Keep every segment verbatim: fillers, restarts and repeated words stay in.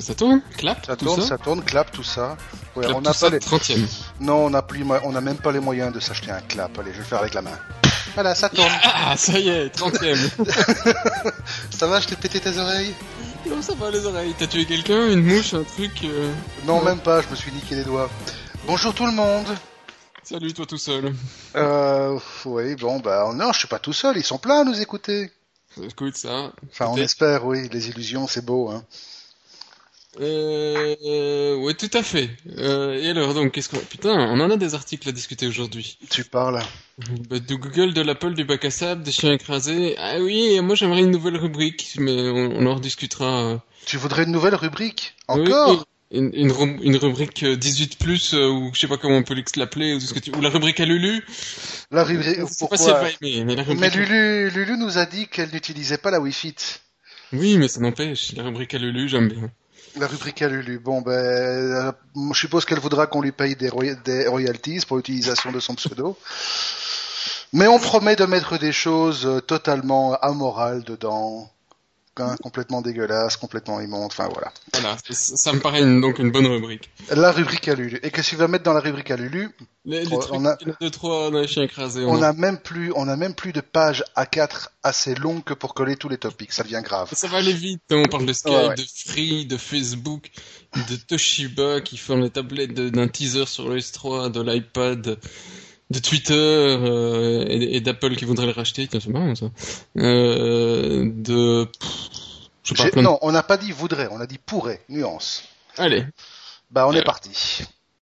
ça tourne, clap, ça tout tourne, ça. ça tourne, clap, tout ça. Ouais, Clap, on tout n'a ça, pas les... trentième. Non, on n'a plus, on n'a même pas les moyens de s'acheter un clap. Allez, je vais le faire avec la main. Voilà, ça tourne. Ah, ça y est, trentième. Ça va, je t'ai pété tes oreilles? Non, ça va les oreilles. T'as tué quelqu'un, une mouche, un truc euh... Non, ouais. même pas, je me suis niqué les doigts. Bonjour tout le monde. Salut, toi tout seul. Euh, oui, bon, bah, non, je suis pas tout seul, ils sont plein à nous écouter. Écoute ça. Enfin, on espère, oui, les illusions, c'est beau, hein. Euh, euh, ouais, tout à fait. Euh, et alors, donc, qu'est-ce qu'on... Putain, on en a des articles à discuter aujourd'hui. Tu parles. Bah, du Google, de l'Apple, du bac à sable, des chiens écrasés. Ah oui, moi j'aimerais une nouvelle rubrique, mais on, on en rediscutera. Tu voudrais une nouvelle rubrique? Oui, Encore? une, une, ru- une rubrique dix-huit plus, euh, ou je sais pas comment on peut l'appeler, ou, ce que tu... ou la rubrique à Lulu. La rubrique, Je sais pas pourquoi? si elle va aimer, mais la Mais rubrique... Lulu, Lulu nous a dit qu'elle n'utilisait pas la Wi-Fi. Oui, mais ça n'empêche, la rubrique à Lulu, j'aime bien. La rubrique à Lulu. Bon, ben, euh, je suppose qu'elle voudra qu'on lui paye des, roy- des royalties pour l'utilisation de son pseudo. Mais on promet de mettre des choses euh, totalement amorales dedans, hein, complètement dégueulasses, complètement immondes, enfin voilà. Voilà, ça, ça me paraît une, donc une bonne rubrique. La rubrique à Lulu. Et qu'est-ce qu'il va mettre dans la rubrique à Lulu? Les, les On trucs, a- il y en a deux, trois dans les chiens écrasés. On a- a même plus, on a même plus de pages A quatre assez longues que pour coller tous les topics. Ça devient grave. Ça va aller vite, hein, on parle de Skype, Ouais, ouais. de Free, de Facebook, de Toshiba qui font les tablettes de- d'un teaser sur le S trois, de l'iPad, de Twitter euh, et, et d'Apple qui voudraient le racheter, tiens, c'est marrant ça. Euh, de... pff, je sais pas, J'ai- plein de- Non, on n'a pas dit voudrait, on a dit pourrait. Nuance. Allez, Bah, on est Alors. parti.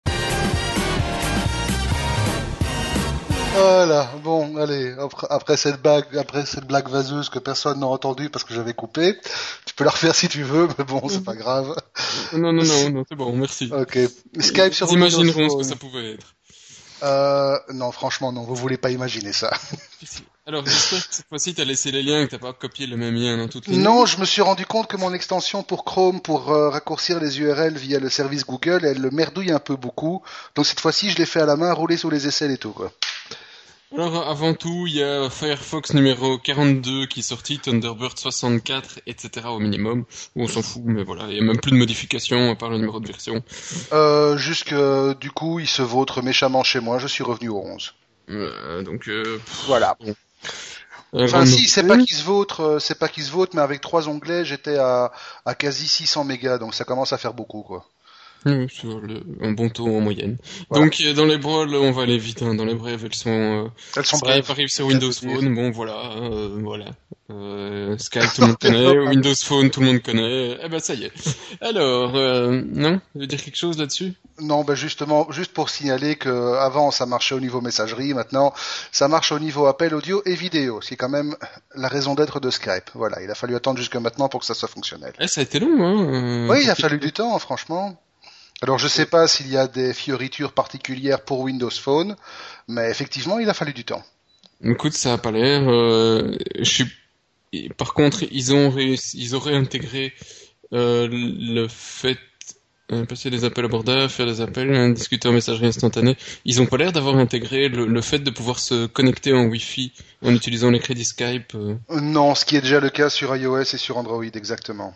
Voilà, bon, allez, après, après cette blague, après cette blague vaseuse que personne n'a entendue parce que j'avais coupé, tu peux la refaire si tu veux, mais bon, c'est pas grave. non, non, non, non, c'est bon, merci. Ok. Skype sur Ils imagineront Windows ce que Phone. ça pouvait être. Euh, non, franchement, non, vous voulez pas imaginer ça. Alors, j'espère que cette fois-ci, t'as laissé les liens, que t'as pas copié le même lien dans toutes les Non, news. je me suis rendu compte que mon extension pour Chrome, pour euh, raccourcir les U R L via le service Google, elle le merdouille un peu beaucoup. Donc cette fois-ci, je l'ai fait à la main, rouler sous les aisselles et tout, quoi. Alors, avant tout, il y a Firefox numéro quarante-deux qui est sorti, Thunderbird soixante-quatre, et cetera au minimum. On s'en fout, mais voilà, il y a même plus de modifications à part le numéro de version. Euh, juste que, du coup, il se vautre méchamment chez moi, je suis revenu au onze. Euh, donc, euh, pff, Voilà. bon. Enfin, Euh, si, c'est pas qu'il se vautre, euh, c'est pas qu'il se vautre, mais avec trois onglets, j'étais à, à quasi six cents mégas, donc ça commence à faire beaucoup, quoi. Oui, sur le, un bon taux en moyenne. Voilà. Donc euh, dans les brawls, on va aller vite. Hein. Dans les brèves, elles sont. Euh, Elles sont Skype brèves. arrive sur Qu'est-ce Windows que tu veux dire Phone. Bon, voilà, euh, voilà. Euh, Skype, tout le monde connaît. Windows Phone, tout le monde connaît. Eh ben ça y est. Alors, euh, non, tu veux dire quelque chose là-dessus? Non, ben justement, juste pour signaler que avant ça marchait au niveau messagerie, maintenant ça marche au niveau appel audio et vidéo, ce qui est quand même la raison d'être de Skype. Voilà, il a fallu attendre jusqu'à maintenant pour que ça soit fonctionnel. Eh, ça a été long, hein. euh, Oui, il a pour- fallu du temps, franchement. Alors je sais pas s'il y a des fioritures particulières pour Windows Phone, mais effectivement, il a fallu du temps. Écoute, ça a pas l'air. Euh, je suis. et Par contre, ils ont réussi, ils auraient intégré euh, le fait euh, passer des appels abordables, faire des appels, hein, discuter en messagerie instantanée. Ils ont pas l'air d'avoir intégré le, le fait de pouvoir se connecter en Wi-Fi en utilisant les crédits Skype. euh. Non, ce qui est déjà le cas sur iOS et sur Android, exactement.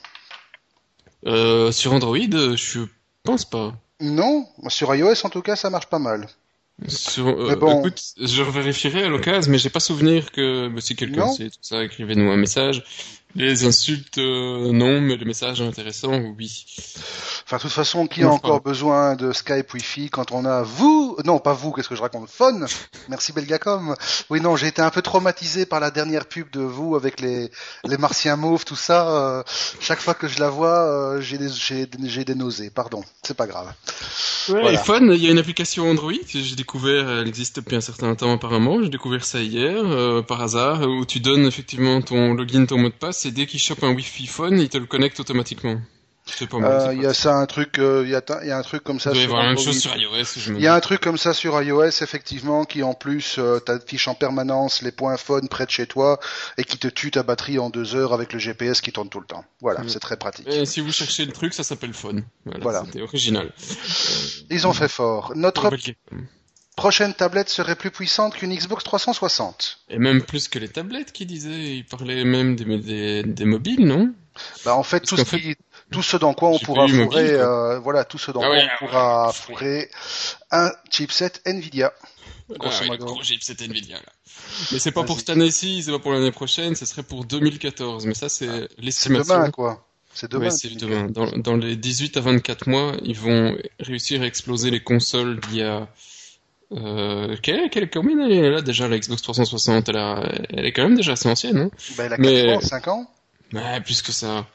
Euh, sur Android, euh, je pense pas. Non, sur iOS en tout cas, ça marche pas mal. Sur, euh, Mais bon. Écoute, je vérifierai à l'occasion, mais j'ai pas souvenir que bah, si quelqu'un Non. sait tout ça, écrivez-nous un message. Les insultes, euh, non, mais les messages intéressants, oui. Enfin, de toute façon, qui a Enfin. encore besoin de Skype Wi-Fi quand on a vous Non, pas vous, qu'est-ce que je raconte Phone. Merci Belgacom. Oui, non, j'ai été un peu traumatisé par la dernière pub de vous avec les, les martiens mauves, tout ça. Euh, chaque fois que je la vois, euh, j'ai des, j'ai, j'ai des nausées. Pardon, c'est pas grave. Ouais, Voilà. et Phone, il y a une application Android, j'ai découvert, elle existe depuis un certain temps apparemment, j'ai découvert ça hier, euh, par hasard, où tu donnes effectivement ton login, ton mot de passe, et dès qu'il chope un Wi-Fi Phone, il te le connecte automatiquement. C'est pas mal. Euh, c'est Il y pas- a ça, un truc, euh, il y a, ta- il y a un truc comme ça Il doit y sur avoir la même Android. chose sur iOS, je me Il y a un truc comme ça sur iOS, effectivement, qui en plus euh, t'affiche en permanence les points phone près de chez toi et qui te tue ta batterie en deux heures avec le G P S qui tourne tout le temps. Voilà, Mm. c'est très pratique. Et si vous cherchez le truc, ça s'appelle Phone. Voilà, Voilà. c'était original. Ils ont fait fort. Notre Belgique. prochaine tablette serait plus puissante qu'une Xbox trois cent soixante. Et même plus que les tablettes, qui disaient, ils parlaient même des, des, des mobiles, non? Bah en fait, Parce tout qu'en ce qui Tout ce dans quoi on G P U pourra mobile, fourrer, quoi. euh, voilà, tout ce dans Ah quoi ouais, on ah pourra ouais. fourrer un chipset Nvidia, Ah grosso ouais, le modo. gros chipset Nvidia, là. Mais c'est pas pour Vas-y. cette année-ci, c'est pas pour l'année prochaine, ce serait pour deux mille quatorze. Mais ça, Ah, c'est c'est demain, l'estimation. quoi. C'est Ouais, demain, c'est tu me dis. demain. Dans, dans les dix-huit à vingt-quatre mois, ils vont réussir à exploser les consoles d'il y a... Euh, quelle, quelle, combien d'années elle a déjà, la Xbox trois cent soixante? Elle, a, elle est quand même déjà assez ancienne, hein. Ben, elle a quatre ans, Mais, cinq ans. ouais, plus que ça.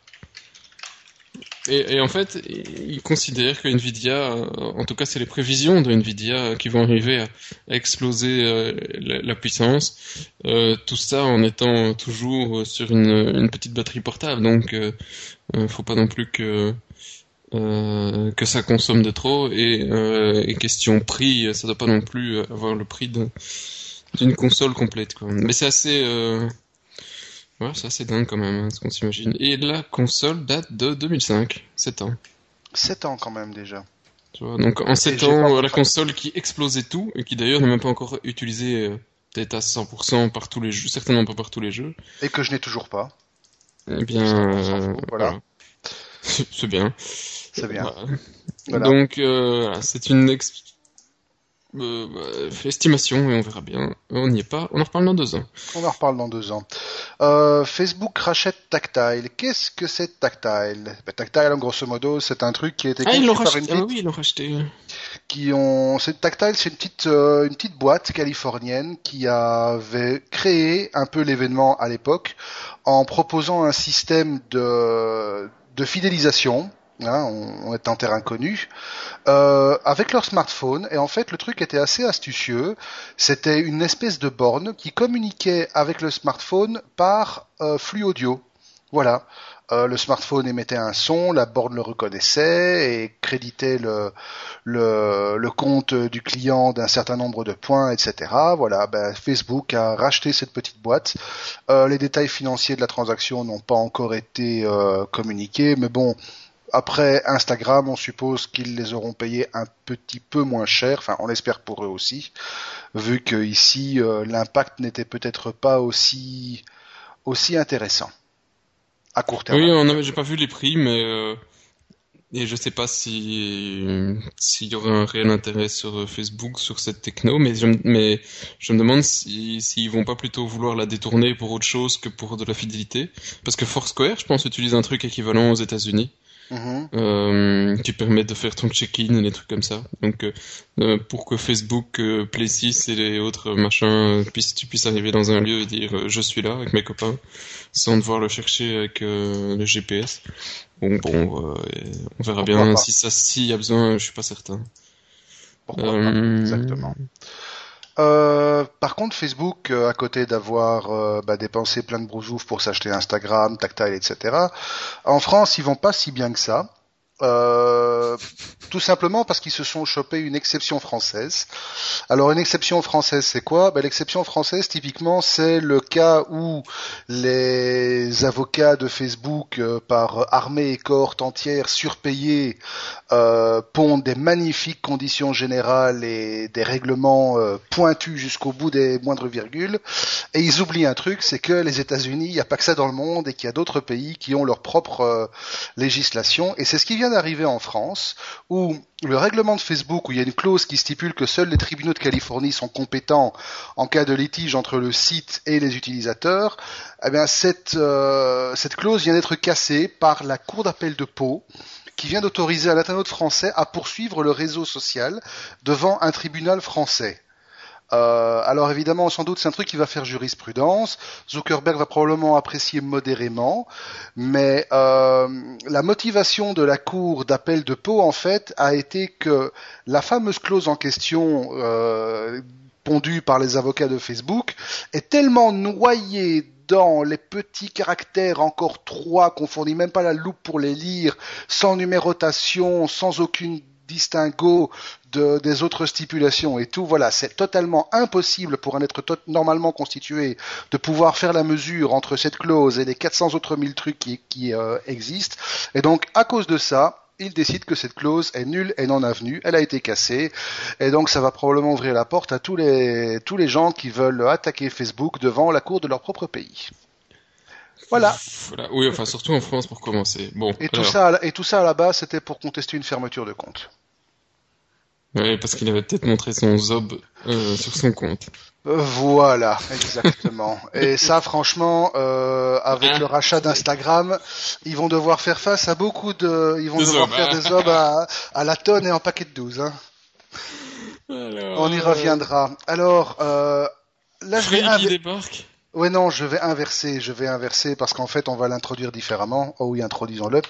Et, et en fait, ils considèrent que Nvidia, euh, en tout cas c'est les prévisions de Nvidia qui vont arriver à, à exploser euh, la, la puissance, euh, tout ça en étant toujours sur une, une petite batterie portable, donc euh, euh, faut pas non plus que euh, que ça consomme de trop, et, euh, et question prix, ça doit pas non plus avoir le prix de- d'une console complète, quoi. Mais c'est assez euh, ouais, c'est assez dingue quand même, hein, ce qu'on s'imagine. Et la console date de deux mille cinq, sept ans. Sept ans quand même déjà. Tu vois, donc en Et sept j'ai pas... ans, euh, la enfin, console qui explosait tout, et qui d'ailleurs n'est même pas encore utilisée euh, peut-être à cent pour cent par tous les jeux, certainement pas par tous les jeux, et que je n'ai toujours pas. eh Mais ça, bien, on s'en euh, fout, voilà. voilà, c'est bien. C'est bien. Voilà. Voilà. Donc, euh, voilà, c'est une ex- euh, bah, estimation, et on verra bien. On n'y est pas, on en reparle dans deux ans. On en reparle dans deux ans. Euh, Facebook rachète Tactile. Qu'est-ce que c'est Tactile? Ben, Tactile, en grosso modo, c'est un truc qui a été Ah, ils l'ont conçu par une racheté, ah bah petite oui, ils l'ont racheté. qui ont c'est Tactile, c'est une petite euh, une petite boîte californienne qui avait créé un peu l'événement à l'époque en proposant un système de de fidélisation. Hein, on, on est en terrain connu euh, avec leur smartphone, et en fait le truc était assez astucieux. C'était une espèce de borne qui communiquait avec le smartphone par euh, flux audio. Voilà. Euh, le smartphone émettait un son, la borne le reconnaissait et créditait le, le, le compte du client d'un certain nombre de points, et cetera. Voilà, ben, Facebook a racheté cette petite boîte. Euh, les détails financiers de la transaction n'ont pas encore été euh, communiqués, mais bon, après Instagram, on suppose qu'ils les auront payés un petit peu moins cher, enfin on l'espère pour eux aussi, vu que ici euh, l'impact n'était peut-être pas aussi aussi intéressant à court terme. Oui, En tout on cas. avait, j'ai pas vu les prix, mais euh, et je sais pas si s'il y aurait un réel intérêt sur euh, Facebook sur cette techno, mais je, me- mais je me demande si s'ils vont pas plutôt vouloir la détourner pour autre chose que pour de la fidélité, parce que Foursquare, je pense, utilise un truc équivalent aux États-Unis. Mhm. Euh, qui permet de faire ton check-in et des trucs comme ça. Donc euh, euh, pour que Facebook, euh, Play six et les autres machins euh, puissent, tu puisses arriver dans un lieu et dire euh, je suis là avec mes copains sans devoir le chercher avec euh, le G P S. Donc bon, euh, on verra Pourquoi bien pas? si ça, s'il y a besoin, je suis pas certain. Pourquoi pas? Euh, Exactement. Euh, par contre, Facebook, euh, à côté d'avoir euh, bah, dépensé plein de brousouf pour s'acheter Instagram, Tactile, et cetera, en France, ils vont pas si bien que ça. Euh, tout simplement parce qu'ils se sont chopés une exception française. Alors une exception française, c'est quoi? Ben, l'exception française, typiquement, c'est le cas où les avocats de Facebook, euh, par armée et cohorte entière, surpayés, euh, pondent des magnifiques conditions générales et des règlements euh, pointus jusqu'au bout des moindres virgules. Et ils oublient un truc, c'est que les États-Unis, il n'y a pas que ça dans le monde et qu'il y a d'autres pays qui ont leur propre euh, législation. Et c'est ce qui vient d'arriver en France, où le règlement de Facebook, où il y a une clause qui stipule que seuls les tribunaux de Californie sont compétents en cas de litige entre le site et les utilisateurs, eh bien cette, euh, cette clause vient d'être cassée par la Cour d'appel de Pau, qui vient d'autoriser un internaute français à poursuivre le réseau social devant un tribunal français. Euh, alors évidemment, sans doute, c'est un truc qui va faire jurisprudence. Zuckerberg va probablement apprécier modérément, mais euh, la motivation de la cour d'appel de Pau, en fait, a été que la fameuse clause en question, euh, pondue par les avocats de Facebook, est tellement noyée dans les petits caractères encore trois qu'on fournit même pas la loupe pour les lire, sans numérotation, sans aucune distinguo de, des autres stipulations et tout, voilà, c'est totalement impossible pour un être normalement constitué de pouvoir faire la mesure entre cette clause et les quatre cents autres mille trucs qui, qui euh, existent. Et donc, à cause de ça, il décide que cette clause est nulle et non avenue, elle a été cassée, et donc ça va probablement ouvrir la porte à tous les, tous les gens qui veulent attaquer Facebook devant la cour de leur propre pays. Voilà. Voilà. Oui, enfin surtout en France pour commencer. Bon. Et tout alors. ça, et tout ça à la base, c'était pour contester une fermeture de compte. Ouais, parce qu'il avait peut-être montré son zob euh, sur son compte. Euh, Voilà, exactement. Et ça, franchement, euh, avec Hein, le rachat d'Instagram, ils vont devoir faire face à beaucoup de, ils vont le devoir zob. faire Hein. des obs à, à la tonne et en paquet de douze. Hein. Alors, On y euh, reviendra. Alors, euh, là, je vais Free qui inver- débarque. Ouais, non, je vais inverser, je vais inverser parce qu'en fait, on va l'introduire différemment. Oh oui, introduisons-le.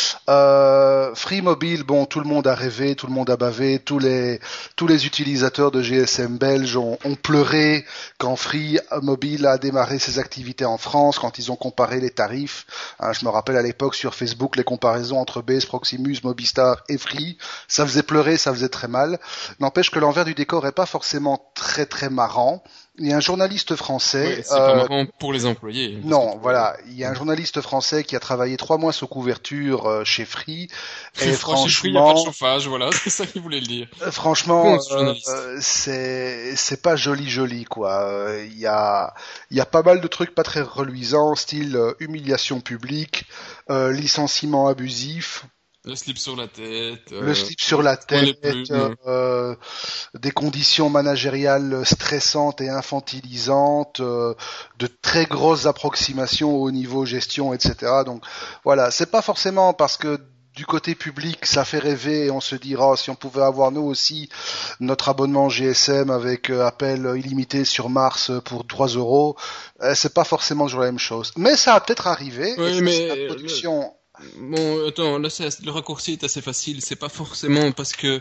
Euh, Free Mobile, bon, tout le monde a rêvé, tout le monde a bavé, tous les tous les utilisateurs de G S M belges ont, ont pleuré quand Free Mobile a démarré ses activités en France, quand ils ont comparé les tarifs. Hein, je me rappelle à l'époque sur Facebook les comparaisons entre Base, Proximus, Mobistar et Free, ça faisait pleurer, ça faisait très mal. N'empêche que l'envers du décor est pas forcément très très marrant. Il y a un journaliste français. Ouais, c'est pas Euh, marrant pour les employés. Parce que non, tu vois, voilà, il y a un journaliste français qui a travaillé trois mois sous couverture euh, chez Free, plus et froid chez Free, il n'y a pas de franchement, chauffage, voilà, c'est ça qu'il voulait le dire. euh, Con, franchement, ce euh, journaliste. euh, c'est c'est pas joli joli quoi. Euh, Il y a il y a pas mal de trucs pas très reluisants, style euh, humiliation publique, euh, licenciement abusif, Le slip sur la tête, le euh, slip sur la point les tête, plumes. euh, des conditions managériales stressantes et infantilisantes, euh, de très grosses approximations au niveau gestion, et cetera. Donc voilà, c'est pas forcément parce que du côté public, ça fait rêver et on se dira oh, si on pouvait avoir nous aussi notre abonnement G S M avec euh, appel illimité sur Mars pour trois euros, euh, c'est pas forcément toujours la même chose. Mais ça va peut-être arriver et Ouais, ça c'est mais le- l'introduction. bon, attends, là, c'est- le raccourci est assez facile. C'est pas forcément parce que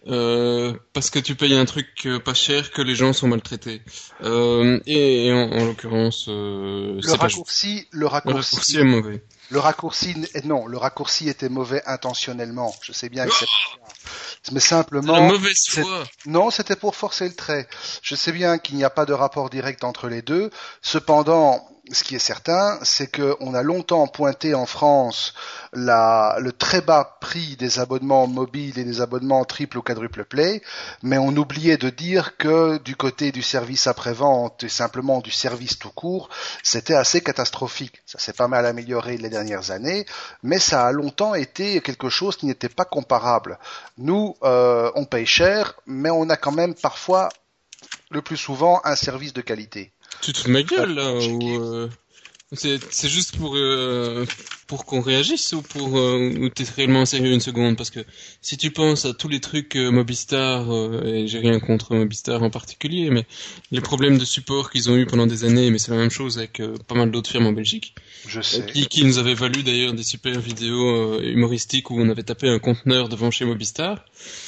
euh, parce que tu payes un truc euh, pas cher que les gens sont maltraités. Euh, et, et en, en l'occurrence, euh, Le c'est pas juste. raccourci, le Le raccourci raccourci est mauvais. Le raccourci, non, le raccourci était mauvais intentionnellement. Je sais bien que c'est, mais C'est la simplement, mauvaise c'est, foi. non, c'était pour forcer le trait. Je sais bien qu'il n'y a pas de rapport direct entre les deux. Cependant, ce qui est certain, c'est que on a longtemps pointé en France la, le très bas prix des abonnements mobiles et des abonnements triple ou quadruple play, mais on oubliait de dire que du côté du service après-vente et simplement du service tout court, c'était assez catastrophique. Ça s'est pas mal amélioré les dernières années, mais ça a longtemps été quelque chose qui n'était pas comparable. Nous, euh, on paye cher, mais on a quand même parfois, le plus souvent, un service de qualité. Tu te fous de ma Ça, gueule là ou euh, c'est c'est juste pour euh, pour qu'on réagisse ou pour euh, ou t'es réellement sérieux une seconde parce que si tu penses à tous les trucs euh, Mobistar euh, et j'ai rien contre Mobistar en particulier mais les problèmes de support qu'ils ont eu pendant des années mais c'est la même chose avec euh, pas mal d'autres firmes en Belgique Je euh, sais. qui qui nous avaient valu d'ailleurs des super vidéos euh, humoristiques où on avait tapé un conteneur devant chez Mobistar.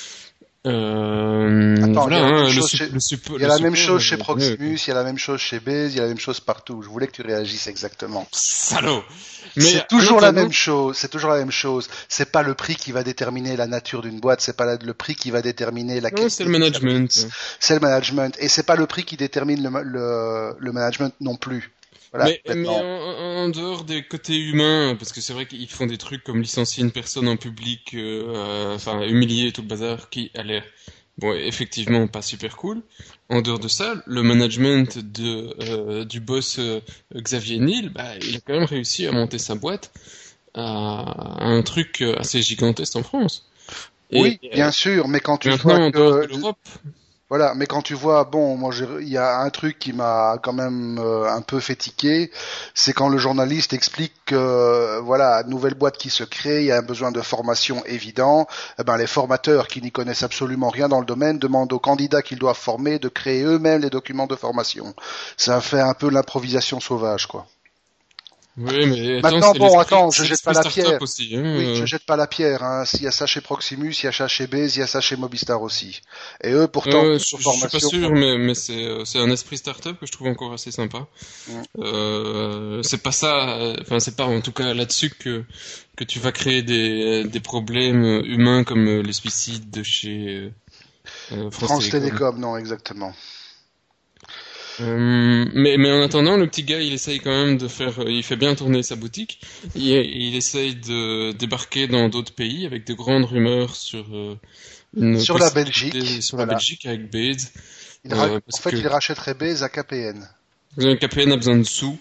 Euh, Attends, il y voilà, a la même hein, le, chose sup- chez, le, suppo- il y a le la même support, chose chez euh, mieux, quoi. Proximus, il y a la même chose chez Base, il y a la même chose partout. Je voulais que tu réagisses exactement. Salaud. Mais C'est en toujours la attendant, même chose, c'est toujours la même chose. C'est pas le prix qui va déterminer la nature d'une boîte, c'est pas la- le prix qui va déterminer la non, c'est qualité le du management. service. C'est le management. Et c'est pas le prix qui détermine le, ma- le, le management non plus. Voilà, Mais, mais complètement. en, en dehors des côtés humains, parce que c'est vrai qu'ils font des trucs comme licencier une personne en public, euh, euh, enfin humilier tout le bazar, qui a l'air, bon, effectivement pas super cool. En dehors de ça, le management de euh, du boss euh, Xavier Niel, bah, il a quand même réussi à monter sa boîte à, à un truc euh, assez gigantesque en France. Et Oui, euh, bien sûr, mais quand tu vois maintenant, en dehors de que l'Europe, voilà, mais quand tu vois, bon, moi, j'ai- il y a un truc qui m'a quand même euh, un peu fait tiquer, c'est quand le journaliste explique que, euh, voilà, nouvelle boîte qui se crée, il y a un besoin de formation évident. Eh ben, les formateurs qui n'y connaissent absolument rien dans le domaine demandent aux candidats qu'ils doivent former de créer eux-mêmes les documents de formation. Ça fait un peu l'improvisation sauvage, quoi. oui, mais attends, Maintenant, c'est bon, l'esprit, attends, je c'est jette pas l'esprit la start-up pierre. aussi, hein. Oui, je euh. jette pas la pierre. Hein. S'il y a ça chez Proximus, il y a ça chez Base, il y a ça chez Mobistar aussi. Et eux, pourtant, Euh, niveau je, je suis pas formation. sûr, mais, mais c'est, euh, c'est un esprit start-up que je trouve encore assez sympa. Mm. Euh, c'est pas ça, euh, enfin c'est pas en tout cas là-dessus que que tu vas créer des des problèmes humains comme euh, les suicides de chez euh, euh, France France Télécom. Télécom, non, exactement. Euh, mais mais en attendant, le petit gars, il essaye quand même de faire, euh, il fait bien tourner sa boutique. Il, il essaye de débarquer dans d'autres pays avec de grandes rumeurs sur euh, une Sur la possibilité Belgique, sur la voilà. Belgique avec Base. Il ra- Euh, En parce fait, que il rachèterait Base à K P N. K P N a besoin de sous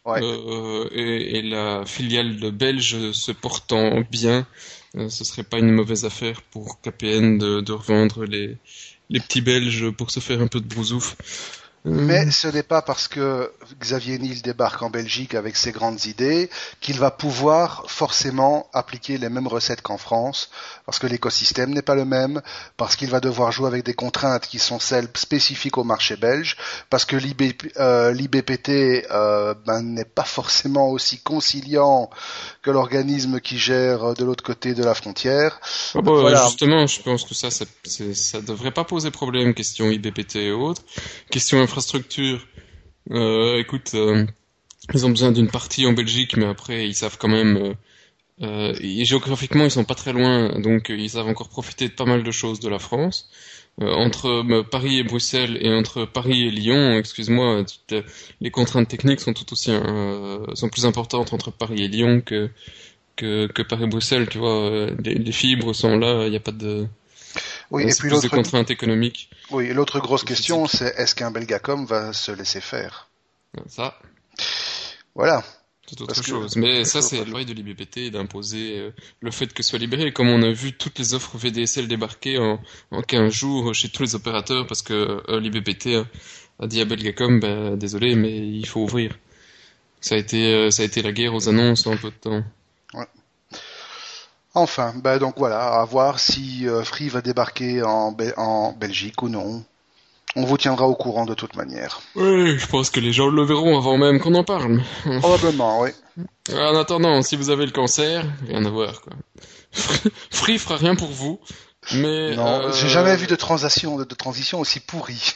Ouais. euh, et, et la filiale de belge se portant bien, euh, ce serait pas une mauvaise affaire pour K P N de, de revendre les, les petits Belges pour se faire un peu de brousouf. Mais Euh, ce n'est pas parce que Xavier Niel débarque en Belgique avec ses grandes idées qu'il va pouvoir forcément appliquer les mêmes recettes qu'en France, parce que l'écosystème n'est pas le même, parce qu'il va devoir jouer avec des contraintes qui sont celles spécifiques au marché belge, parce que l'I B, euh, l'I B P T euh, ben, n'est pas forcément aussi conciliant que l'organisme qui gère de l'autre côté de la frontière. Ah bah, Voilà. justement, je pense que ça, ça, c'est- ça devrait pas poser problème, question I B P T et autres. Question infrastructure, euh, écoute, euh, ils ont besoin d'une partie en Belgique, mais après, ils savent quand même, euh, euh, et géographiquement, ils sont pas très loin, donc euh, ils savent encore profiter de pas mal de choses de la France. Euh, entre euh, Paris et Bruxelles et entre Paris et Lyon, excuse-moi, tu te- les contraintes techniques sont tout aussi, euh, sont plus importantes entre Paris et Lyon que que, que Paris-Bruxelles, tu vois. euh, Les, les fibres sont là, il n'y a pas de, Oui, euh, et c'est puis plus des l'autre, contraintes économiques oui, et l'autre grosse et question, physiques. c'est est-ce qu'un Belgacom va se laisser faire? Ça, Voilà. c'est Parce autre que chose. Mais ça, c'est c'est autre la chose. loi de l'I B P T d'imposer euh, le fait que ce soit libéré. Comme on a vu toutes les offres V D S L débarquer en, en quinze jours chez tous les opérateurs parce que euh, l'I B P T a, a dit à Belgacom, ben, désolé, mais il faut ouvrir. Ça a été, euh, ça a été la guerre aux annonces en peu de temps. Ouais. Enfin, bah donc voilà, à voir si euh, Free va débarquer en, Be- en Belgique ou non. On vous tiendra au courant de toute manière. Oui, je pense que les gens le verront avant même qu'on en parle. Probablement, oui. En attendant, si vous avez le cancer, rien à voir, quoi. Free fera rien pour vous, mais Non, j'ai jamais vu euh, de transition, de, de transition aussi pourrie.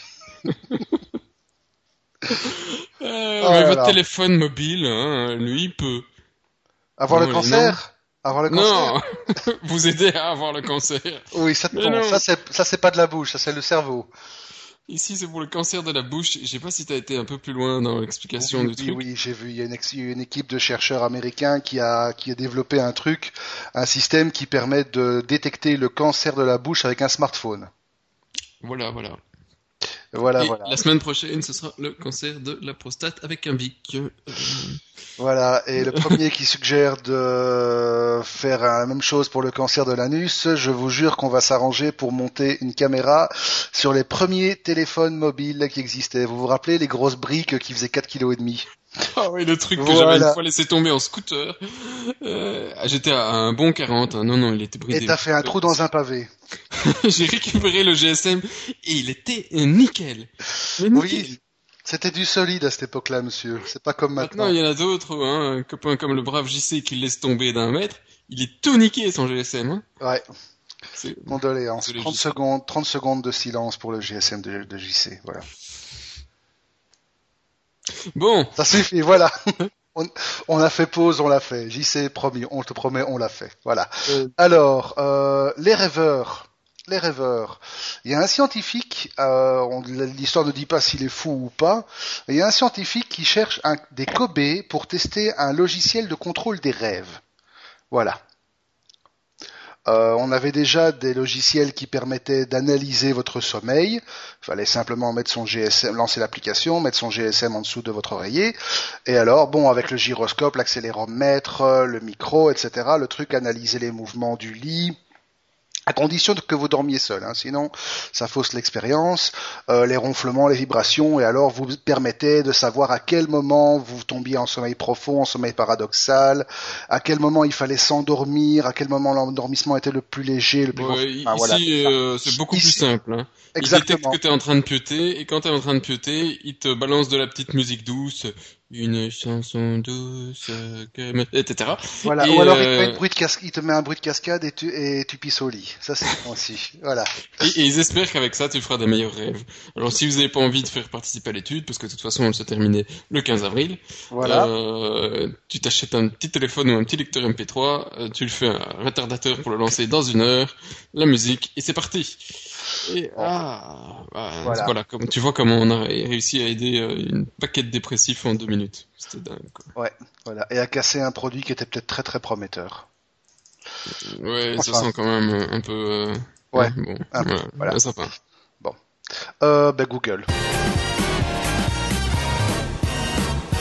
euh, Oh mais là votre là. téléphone mobile, hein, lui, il peut. Avoir le Non, allez, non. cancer? Avoir le cancer? Non, vous aider à avoir le cancer. Oui, ça, Mais bon, ça non. c'est, ça c'est pas de la bouche, ça c'est le cerveau. Ici, c'est pour le cancer de la bouche. Je sais pas si t'as été un peu plus loin dans l'explication Oui, du oui, truc. oui, j'ai vu. Il y a une, ex- une équipe de chercheurs américains qui a, qui a développé un truc, un système qui permet de détecter le cancer de la bouche avec un smartphone. Voilà, voilà. Voilà, Et voilà. la semaine prochaine, ce sera le cancer de la prostate avec un bic. Euh, Voilà, et le premier qui suggère de faire la même chose pour le cancer de l'anus, je vous jure qu'on va s'arranger pour monter une caméra sur les premiers téléphones mobiles qui existaient. Vous vous rappelez les grosses briques qui faisaient quatre kilos et demi? Ah oui, le truc que j'avais une Voilà. fois laissé tomber en scooter. Euh, j'étais à un bon quarante, hein. Non, non, il était Et bridé, le t'as fait un scooter. trou dans un pavé. J'ai récupéré le G S M et il était nickel. Mais nickel. Oui, c'était du solide à cette époque-là, monsieur. C'est pas comme Maintenant, maintenant. il y en a d'autres, hein. Un copain comme le brave J C qui le laisse tomber d'un mètre. Il est tout niqué, son G S M, hein. Ouais, C'est... condoléances. Désolé, trente J C. secondes, trente secondes de silence pour le G S M de, de J C. Voilà. Bon. Ça suffit, voilà. On, on a fait pause, on l'a fait. J C, promis, on te promet, on l'a fait. Voilà. Euh, Alors, euh, les rêveurs. Les rêveurs. Il y a un scientifique, euh, on- l'histoire ne dit pas s'il est fou ou pas, mais il y a un scientifique qui cherche un- des cobayes pour tester un logiciel de contrôle des rêves. Voilà. Euh, on avait déjà des logiciels qui permettaient d'analyser votre sommeil. Il fallait simplement mettre son G S M, lancer l'application, mettre son G S M en dessous de votre oreiller. Et alors, bon, avec le gyroscope, l'accéléromètre, le micro, et cetera, le truc analysait les mouvements du lit, à condition que vous dormiez seul, hein, sinon ça fausse l'expérience, euh, les ronflements, les vibrations, et alors vous permettez de savoir à quel moment vous tombiez en sommeil profond, en sommeil paradoxal, à quel moment il fallait s'endormir, à quel moment l'endormissement était le plus léger, le plus bon, profond. euh, Enfin, voilà, ici, euh, c'est beaucoup plus ici, simple, hein. Il détecte que exactement. t'es en train de pioter, et quand t'es en train de pioter, il te balance de la petite musique douce, une chanson douce, euh, que... et cetera. Voilà. Ou Et, alors il te met, une euh, bruit de cas- il te met un bruit de cascade et tu, et tu pisses au lit. Ça c'est bon aussi. Voilà. Et, et ils espèrent qu'avec ça, tu feras des meilleurs rêves. Alors, si vous n'avez pas envie de faire participer à l'étude, parce que de toute façon, elle se terminait le quinze avril, Voilà. euh, tu t'achètes un petit téléphone ou un petit lecteur M P trois, euh, tu le fais un retardateur pour le lancer dans une heure, la musique, et c'est parti. Et Bon, ah, bah, voilà. voilà, comme tu vois comment on a réussi à aider euh, une paquet de dépressifs en deux minutes. C'était dingue, quoi. Ouais. Voilà. Et à casser un produit qui était peut-être très très prometteur. Ouais, ça Enfin. sent quand même un peu... Euh... Ouais. hein, bon, Un peu. voilà, Voilà. un sapin. Bon. Euh, ben Google.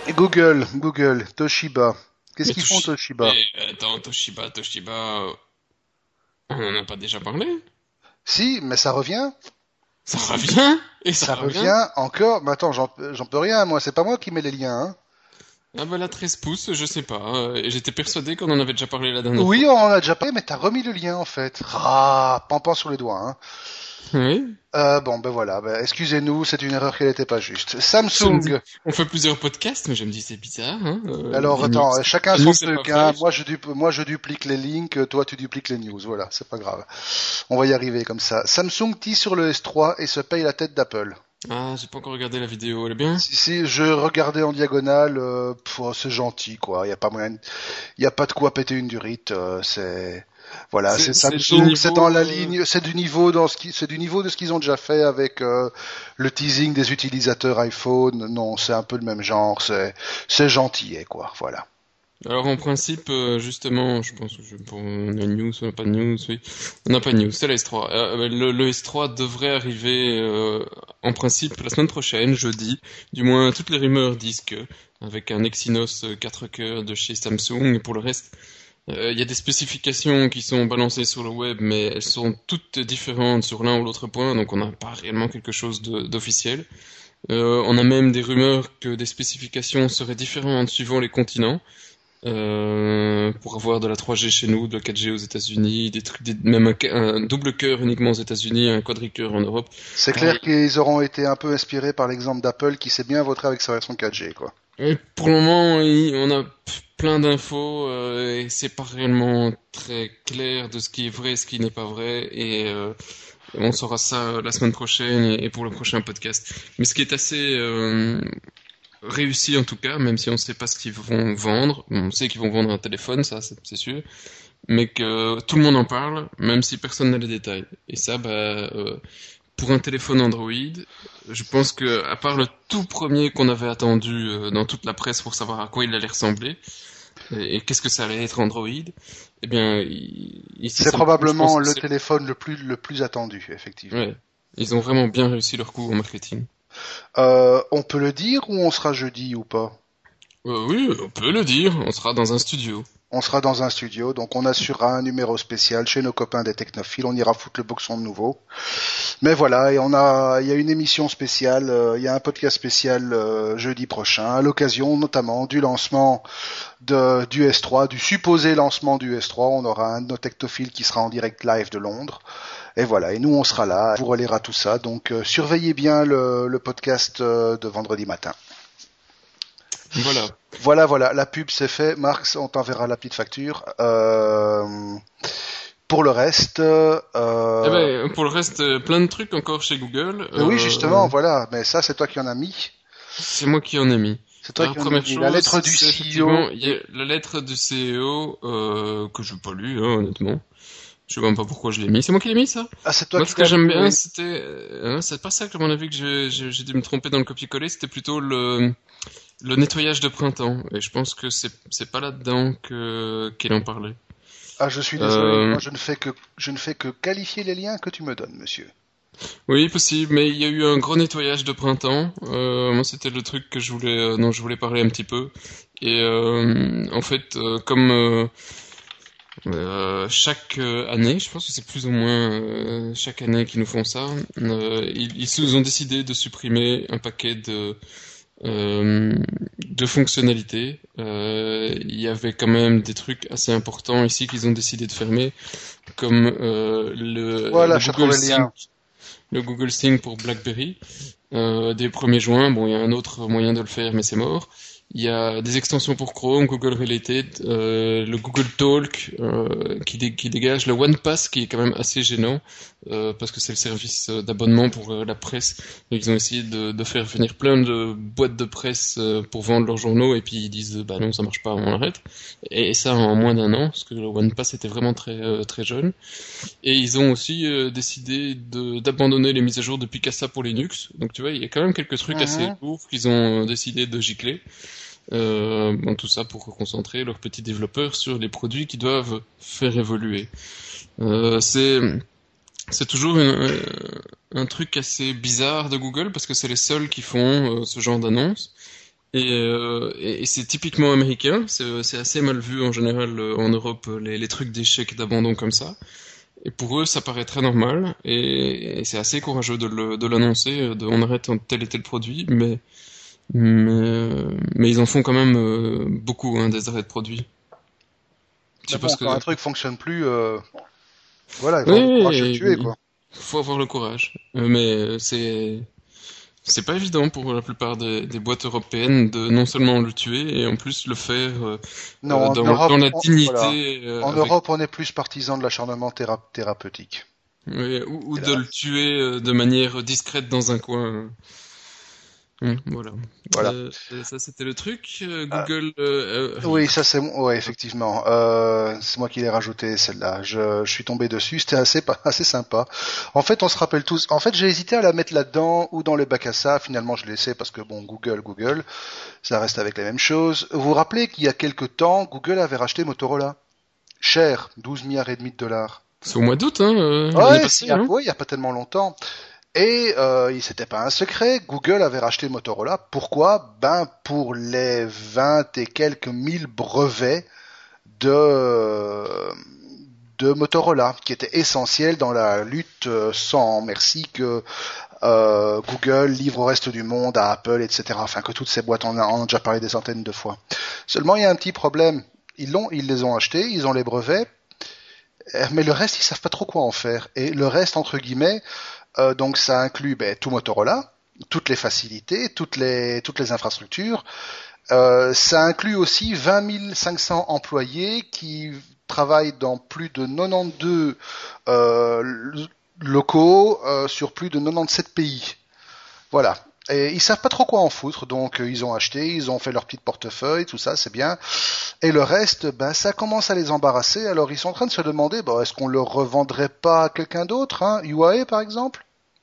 Google, Google, Toshiba. Qu'est-ce Mais qu'ils font Toshi... Toshiba? Mais attends, Toshiba, Toshiba, euh, on n'en a pas déjà parlé? Si, mais ça revient. Ça revient? Et ça Ça revient? revient encore. Mais attends, j'en j'en peux rien, moi. C'est pas moi qui mets les liens, hein. Ah bah la treize pouces, je sais pas. euh, Et j'étais persuadé qu'on en avait déjà parlé la dernière Oui, fois. on en a déjà parlé, mais t'as remis le lien en fait. Ah, pampan sur les doigts, hein. Oui. Euh, bon, ben voilà. Ben, excusez-nous, c'est une erreur qui n'était pas juste. Je me dis, Samsung. on fait plusieurs podcasts, mais je me dis c'est bizarre, hein. euh, Alors les news, attends, chacun les news son c'est pas truc, vrai. hein. Moi je, dup- moi je duplique les links, toi tu dupliques les news. Voilà, c'est pas grave. On va y arriver comme ça. Samsung tisse sur le S trois et se paye la tête d'Apple. Ah, j'ai pas encore regardé la vidéo, elle est bien? Si, si je regardais en diagonale, euh, pff, oh, c'est gentil quoi. Il y a pas moyen, il y a pas de quoi péter une durite. euh, c'est voilà, c'est C'est c'est du Samsung, c'est dans niveau. la euh, ligne, c'est du niveau dans ce qui, c'est du niveau de ce qu'ils ont déjà fait avec euh, le teasing des utilisateurs iPhone. Non, c'est un peu le même genre. C'est c'est gentil quoi. Voilà. Alors en principe, euh, justement, je pense que je, pour on a une news, on n'a pas de news, oui. On n'a pas de news, c'est la S trois. Euh, le, le S trois devrait arriver euh, en principe la semaine prochaine, jeudi. Du moins, toutes les rumeurs disent que, avec un Exynos quatre cœurs de chez Samsung, et pour le reste, euh, il y a des spécifications qui sont balancées sur le web, mais elles sont toutes différentes sur l'un ou l'autre point, donc on n'a pas réellement quelque chose de- d'officiel. Euh, on a même des rumeurs que des spécifications seraient différentes suivant les continents. Euh, pour avoir de la trois G chez nous, de la quatre G aux États-Unis, des trucs, des- même un, ca- un double cœur uniquement aux États-Unis, un quadricœur en Europe. C'est Pareil. clair qu'ils auront été un peu inspirés par l'exemple d'Apple qui s'est bien vautré avec sa version quatre G quoi. Et pour le moment, il- on a p- plein d'infos euh, et c'est pas réellement très clair de ce qui est vrai, ce qui n'est pas vrai, et euh, on saura ça la semaine prochaine et, et pour le prochain podcast. Mais ce qui est assez euh, réussi en tout cas, même si on ne sait pas ce qu'ils vont vendre, on sait qu'ils vont vendre un téléphone, ça c'est c'est sûr. Mais que tout le monde en parle, même si personne n'a les détails. Et ça, bah, euh, pour un téléphone Android, je pense que à part le tout premier qu'on avait attendu euh, dans toute la presse pour savoir à quoi il allait ressembler et, et qu'est-ce que ça allait être Android, eh bien, i- ici, C'est Samsung, je pense probablement que le c'est, téléphone le plus le plus attendu effectivement. ouais, ils ont vraiment bien réussi leur coup en marketing. Euh, on peut le dire ou on sera jeudi ou pas? Euh, oui, on peut le dire, on sera dans un studio. On sera dans un studio, donc on assurera un numéro spécial chez nos copains des technophiles. On ira foutre le boxon de nouveau. Mais voilà, et on a, il y a une émission spéciale, euh, il y a un podcast spécial euh, jeudi prochain, à l'occasion notamment du lancement de, du S trois, du supposé lancement du S trois. On aura un de nos technophiles qui sera en direct live de Londres. Et voilà, et nous on sera là, on vous relaiera tout ça. Donc euh, surveillez bien le, le podcast euh, de vendredi matin. Voilà. Voilà, voilà, la pub c'est fait. Marx, on t'enverra la petite facture. Euh, pour le reste, euh, Eh ben, pour le reste, euh, plein de trucs encore chez Google. oui, justement, Euh, voilà. Mais ça, c'est toi qui en as mis. c'est moi qui en ai mis. C'est toi Alors, qui en as première mis. La chose, lettre du c'est C E O. effectivement, il y a la lettre du C E O euh, que je n'ai pas lu, hein, honnêtement. Je sais même pas pourquoi je l'ai mis. C'est moi qui l'ai mis, ça? Ah, c'est toi Moi, qui ce que l'as j'aime mis, bien, oui. c'était... euh, hein, c'est pas ça, à mon avis, que j'ai j'ai- j'ai dû me tromper dans le copier-coller. C'était plutôt le, le nettoyage de printemps. Et je pense que c'est c'est pas là-dedans que qu'il en parlait. Ah, je suis désolé. Euh, Moi, je ne fais que, je ne fais que qualifier les liens que tu me donnes, monsieur. oui, possible, mais il y a eu un gros nettoyage de printemps. Euh, moi, c'était le truc que je voulais, euh, dont je voulais parler un petit peu. Et euh, en fait, euh, comme euh, euh, chaque euh, année, je pense que c'est plus ou moins euh, chaque année qu'ils nous font ça, euh, ils, ils se- ont décidé de supprimer un paquet de euh, de fonctionnalités. Euh, il y avait quand même des trucs assez importants ici qu'ils ont décidé de fermer, comme euh, le, Voilà, le j'ai Google trouvé le lien. Sync le Google Sync pour BlackBerry. Euh, dès le premier juin, bon, il y a un autre moyen de le faire, mais c'est mort. Il y a des extensions pour Chrome, Google Related, euh, le Google Talk euh, qui, dé- qui dégage, le OnePass qui est quand même assez gênant euh, parce que c'est le service euh, d'abonnement pour euh, la presse. Et ils ont essayé de, de faire venir plein de boîtes de presse euh, pour vendre leurs journaux et puis ils disent bah non ça marche pas, on arrête. Et, et ça en moins d'un an parce que le OnePass était vraiment très euh, très jeune. Et ils ont aussi euh, décidé de- d'abandonner les mises à jour de Picasa pour Linux. Donc tu vois, il y a quand même quelques trucs assez Mhm. lourds qu'ils ont euh, décidé de gicler. Euh, bon, tout ça pour concentrer leurs petits développeurs sur les produits qui doivent faire évoluer. Euh, c'est c'est toujours une- un truc assez bizarre de Google parce que c'est les seuls qui font euh, ce genre d'annonce. Et, euh, et, et c'est typiquement américain, c'est c'est assez mal vu en général euh, en Europe, euh, les, les trucs d'échecs et d'abandon comme ça. Et pour eux, ça paraît très normal, et, et c'est assez courageux de le, de l'annoncer, euh, de on arrête tel et tel produit, mais, mais, euh, mais ils en font quand même euh, beaucoup, hein, des arrêts de produits. Je Mais sais pas bon, ce quand un que... truc fonctionne plus, euh, voilà, il faut Oui, avoir le courage de le oui, tuer, quoi. il faut avoir le courage. Euh, mais euh, c'est... C'est pas évident pour la plupart des, des boîtes européennes de non seulement le tuer et en plus le faire euh, Non, euh, en dans, dans Europe, la on- voilà. dignité euh, En avec Europe, on est plus partisan de l'acharnement théra- thérapeutique. oui, ou, ou Et de là, le tuer euh, de manière discrète dans un coin. Hum, voilà. voilà. Euh, ça c'était le truc. Euh, Euh, Google euh, euh, oui, ça c'est, ouais, effectivement. Euh, c'est moi qui l'ai rajouté celle-là. Je, je suis tombé dessus. C'était assez, pa- assez sympa. En fait, on se rappelle tous. En fait, j'ai hésité à la mettre là-dedans ou dans les bacs à ça. Finalement, je l'ai laissé parce que bon, Google, Google, ça reste avec les mêmes choses. Vous vous rappelez qu'il y a quelque temps, Google avait racheté Motorola, cher, douze milliards et demi de dollars. c'est au mois d'août, hein, euh, l'année Ouais, c'est- il passée, y a, hein. ouais, il y a pas tellement longtemps. Et euh, il- c'était pas un secret, Google avait racheté Motorola. Pourquoi? Ben pour les vingt et quelques mille brevets de de Motorola, qui étaient essentiels dans la lutte euh, sans merci que euh, Google livre au reste du monde, à Apple, et cetera. Enfin que toutes ces boîtes, on en a, on en a déjà parlé des centaines de fois. Seulement il y a un petit problème. Ils l'ont, ils les ont achetés, ils ont les brevets, euh, mais le reste ils savent pas trop quoi en faire. Et le reste entre guillemets, euh, donc ça inclut ben, tout Motorola, toutes les facilités, toutes les toutes les infrastructures. Euh, ça inclut aussi vingt mille cinq cents employés qui travaillent dans plus de quatre-vingt-douze euh, locaux euh, sur plus de quatre-vingt-dix-sept pays. Voilà. Et ils savent pas trop quoi en foutre, donc euh, ils ont acheté, ils ont fait leur petit portefeuille, tout ça, c'est bien. Et le reste, ben ça commence à les embarrasser. Alors ils sont en train de se demander, bon, est-ce qu'on le revendrait pas à quelqu'un d'autre, hein, U A E par exemple?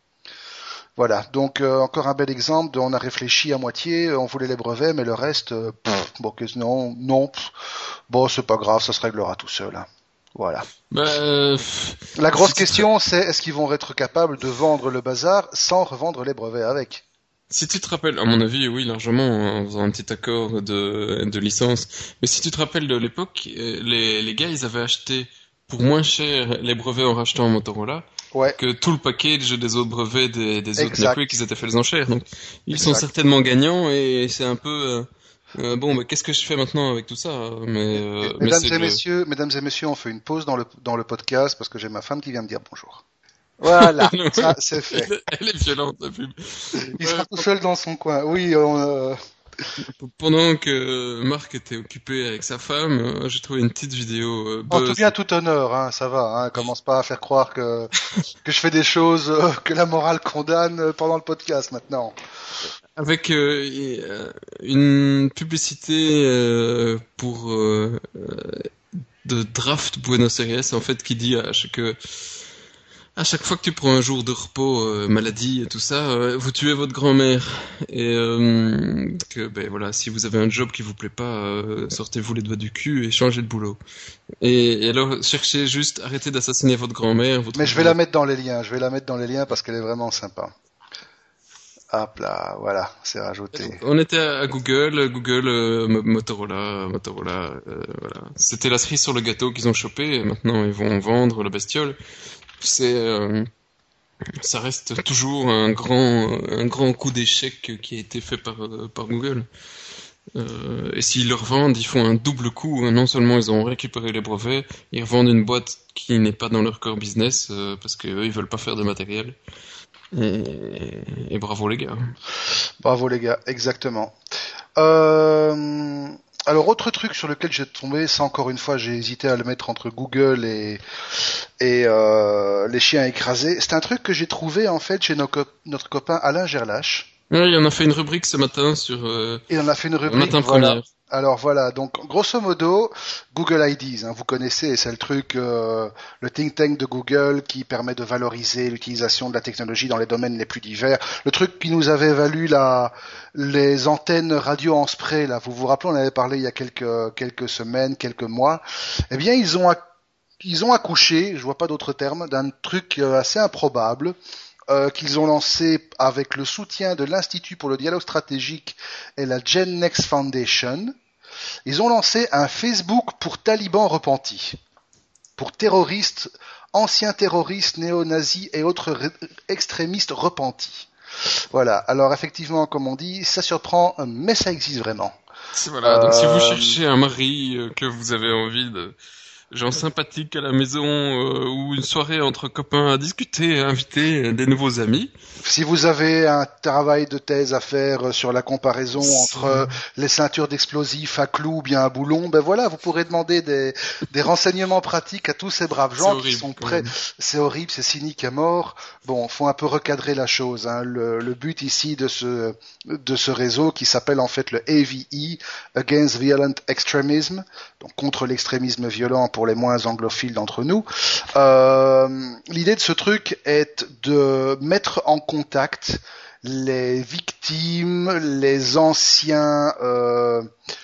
Voilà, donc euh, encore un bel exemple, de, on a réfléchi à moitié, on voulait les brevets, mais le reste, euh, pff, bon, que, non, non, pff, bon, c'est pas grave, ça se réglera tout seul, hein. Voilà. Bah, euh, pff, La si grosse tu te, question, c'est est-ce qu'ils vont être capables de vendre le bazar sans revendre les brevets avec? si tu te rappelles, à mon avis, oui, largement, en faisant un petit accord de, de licence. Mais si tu te rappelles de l'époque, euh, les, les gars, ils avaient acheté pour moins cher les brevets en rachetant Motorola Ouais, que tout le package des autres brevets des, des autres networks exact, qu'ils étaient fait les enchères. Donc, ils sont exact. certainement gagnants et c'est un peu, euh, euh, bon, bah, qu'est-ce que je fais maintenant avec tout ça? Mais, euh, mais Mesdames c'est et le, messieurs, mesdames et messieurs, on fait une pause dans le, dans le podcast parce que j'ai ma femme qui vient me dire bonjour. Voilà, ça c'est fait. elle, elle est violente, la pub. Il Ouais, sera tout seul dans son coin. Oui, on, euh, pendant que Marc était occupé avec sa femme, euh, j'ai trouvé une petite vidéo euh, en tout buzz bien tout honneur, hein, ça va. Hein, commence pas à faire croire que que je fais des choses euh, que la morale condamne euh, pendant le podcast maintenant. avec euh, et, euh, une publicité euh, pour euh, de Draft Buenos Aires en fait qui dit à chaque à chaque fois que tu prends un jour de repos, euh, maladie et tout ça, euh, vous tuez votre grand-mère et euh, que ben voilà, si vous avez un job qui vous plaît pas, euh, sortez-vous les doigts du cul et changez de boulot. Et, et alors cherchez juste arrêtez d'assassiner votre grand-mère, vous Mais je trouverez vais la votre... mettre dans les liens. Je vais la mettre dans les liens parce qu'elle est vraiment sympa. Hop là, voilà, c'est rajouté. On était à Google, Google, euh, Mo- Motorola, Motorola, euh, voilà. C'était la cerise sur le gâteau qu'ils ont chopé et maintenant ils vont vendre la bestiole. C'est euh, ça reste toujours un grand un grand coup d'échec qui a été fait par euh, par Google. Euh, et s'ils le revendent, ils font un double coup. Non seulement ils ont récupéré les brevets, ils revendent une boîte qui n'est pas dans leur core business euh, parce qu'eux ils veulent pas faire de matériel. Et, et bravo les gars. Bravo les gars, exactement. Euh, alors autre truc sur lequel j'ai tombé, ça encore une fois j'ai hésité à le mettre entre Google et et euh, les chiens écrasés. C'est un truc que j'ai trouvé en fait chez nos co- notre copain Alain Gerlache. Ouais, il en a fait une rubrique ce matin sur euh, Et on a fait une rubrique, Matin voilà. Première. Alors voilà, donc grosso modo, Google I Ds, hein, vous connaissez, c'est le truc, euh, le think tank de Google qui permet de valoriser l'utilisation de la technologie dans les domaines les plus divers. Le truc qui nous avait valu la, les antennes radio en spray, là, vous vous rappelez, on avait parlé il y a quelques quelques semaines, quelques mois. Eh bien, ils ont ac- ils ont accouché, je vois pas d'autre terme, d'un truc euh, assez improbable. euh, qu'ils ont lancé avec le soutien de l'Institut pour le dialogue stratégique et la Gen Next Foundation. Ils ont lancé un Facebook pour talibans repentis, pour terroristes, anciens terroristes, néo-nazis et autres ré- extrémistes repentis. Voilà. Alors effectivement, comme on dit, ça surprend, mais ça existe vraiment. Voilà, donc si vous Euh, cherchez un mari, euh, que vous avez envie de gens sympathiques à la maison, euh, ou une soirée entre copains à discuter, à inviter des nouveaux amis. Si vous avez un travail de thèse à faire sur la comparaison C'est- entre les ceintures d'explosifs à clous ou bien à boulons, ben voilà, vous pourrez demander des, des renseignements pratiques à tous ces braves C'est gens qui horrible, sont quand prêts. même. C'est horrible, c'est cynique à mort. Bon, faut un peu recadrer la chose, hein. Le, le but ici de ce de ce réseau qui s'appelle en fait le A V E, Against Violent Extremism, donc contre l'extrémisme violent pour les moins anglophiles d'entre nous. Euh, l'idée de ce truc est de mettre en contact les victimes, les anciens euh,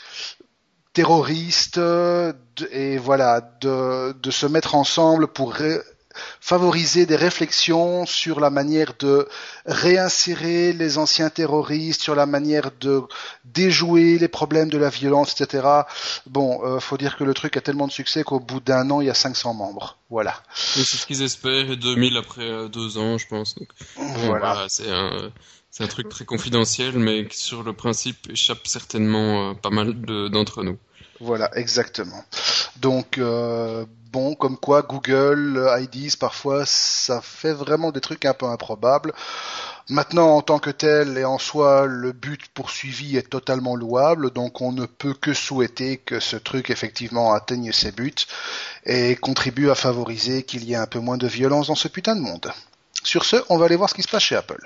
terroristes, de- et voilà, de, de se mettre ensemble pour ré- favoriser des réflexions sur la manière de réinsérer les anciens terroristes, sur la manière de déjouer les problèmes de la violence, et cetera. Bon, euh, faut dire que le truc a tellement de succès qu'au bout d'un an, il y a cinq cents membres. Voilà. Et c'est ce qu'ils espèrent, et deux mille après euh, deux ans, je pense. Donc, bon, Voilà. voilà, c'est un, c'est un truc très confidentiel, mais qui, sur le principe, échappe certainement euh, pas mal de, d'entre nous. Voilà, exactement. Donc, euh, bon, comme quoi Google, I D S, parfois, ça fait vraiment des trucs un peu improbables. Maintenant, en tant que tel et en soi, le but poursuivi est totalement louable, donc on ne peut que souhaiter que ce truc effectivement atteigne ses buts et contribue à favoriser qu'il y ait un peu moins de violence dans ce putain de monde. Sur ce, on va aller voir ce qui se passe chez Apple.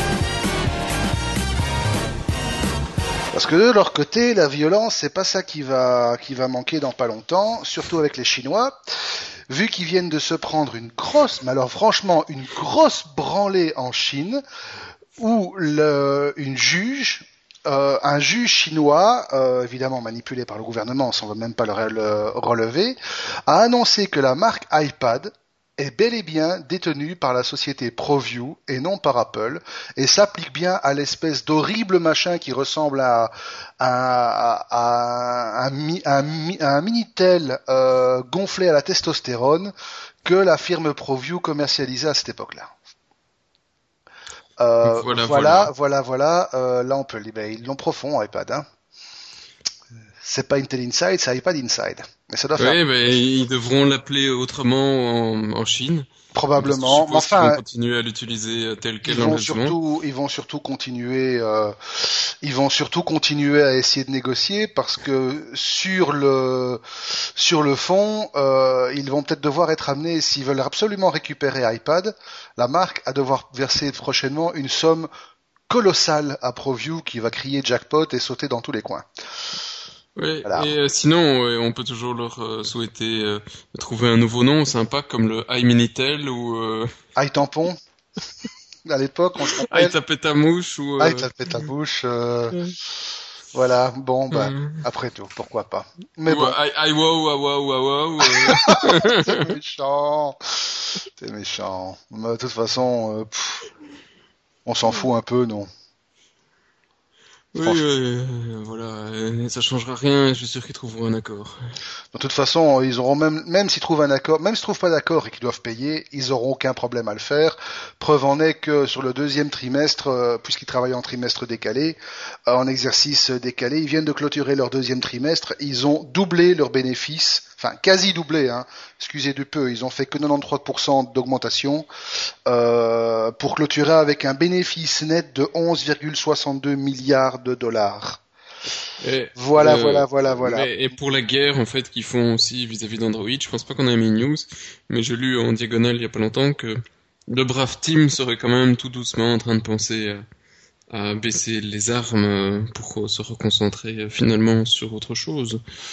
Parce que de leur côté, la violence, c'est pas ça qui va, qui va manquer dans pas longtemps, surtout avec les Chinois, vu qu'ils viennent de se prendre une grosse, mais alors franchement, une grosse branlée en Chine, où le, une juge, euh, un juge chinois, euh, évidemment manipulé par le gouvernement, ça on va même pas le, le relever, a annoncé que la marque iPad est bel et bien détenue par la société ProView et non par Apple, et s'applique bien à l'espèce d'horrible machin qui ressemble à, à, à, à un, mi- un, mi- un Minitel euh, gonflé à la testostérone que la firme ProView commercialisait à cette époque-là. Euh, Voilà, voilà, voilà. voilà, voilà. Euh, là, on peut. Ben, ils l'ont profond, iPad. Hein. C'est pas Intel Inside, c'est iPad Inside. Mais ça doit faire Oui, ben, ils devront l'appeler autrement en, en Chine. Parce que je probablement. Mais suppose qu'ils vont enfin, continuer à l'utiliser euh, tel ils quel dans le vont reste du monde. surtout, ils vont surtout continuer. Euh, ils vont surtout continuer à essayer de négocier parce que sur le sur le fond, euh, ils vont peut-être devoir être amenés, s'ils veulent absolument récupérer iPad, la marque à devoir verser prochainement une somme colossale à ProView qui va crier jackpot et sauter dans tous les coins. Oui, Voilà. et euh, sinon, ouais, on peut toujours leur euh, souhaiter euh, de trouver un nouveau nom sympa comme le iMinitel ou euh, iTampon, à l'époque, on se rappelle. iTapetамouche ou... Ah, Euh... il t'a fait ta bouche. Euh, Ouais. voilà, bon, bah, Euh, après tout, pourquoi pas. Mais ou bon, I, I wow, wow, wow, wow, wow, euh. t'es méchant. T'es méchant. Mais de toute façon, euh, pff, on s'en fout un peu, non? Oui, Franchement. euh, voilà, euh, ça changera rien, je suis sûr qu'ils trouveront un accord. De toute façon, ils auront même, même s'ils trouvent un accord, même s'ils trouvent pas d'accord et qu'ils doivent payer, ils auront aucun problème à le faire. Preuve en est que sur le deuxième trimestre, euh, puisqu'ils travaillent en trimestre décalé, euh, en exercice décalé, ils viennent de clôturer leur deuxième trimestre, ils ont doublé leurs bénéfices, enfin quasi doublé, hein. Excusez du peu, ils ont fait que quatre-vingt-treize pour cent d'augmentation euh, pour clôturer avec un bénéfice net de onze virgule soixante-deux milliards de dollars. Et, Voilà, euh, voilà, voilà, voilà. Mais, et pour la guerre, en fait, qu'ils font aussi vis-à-vis d'Android, je pense pas qu'on ait mis une news, mais j'ai lu en diagonale il y a pas longtemps que le brave Tim serait quand même tout doucement en train de penser à, à baisser les armes pour se reconcentrer finalement sur autre chose.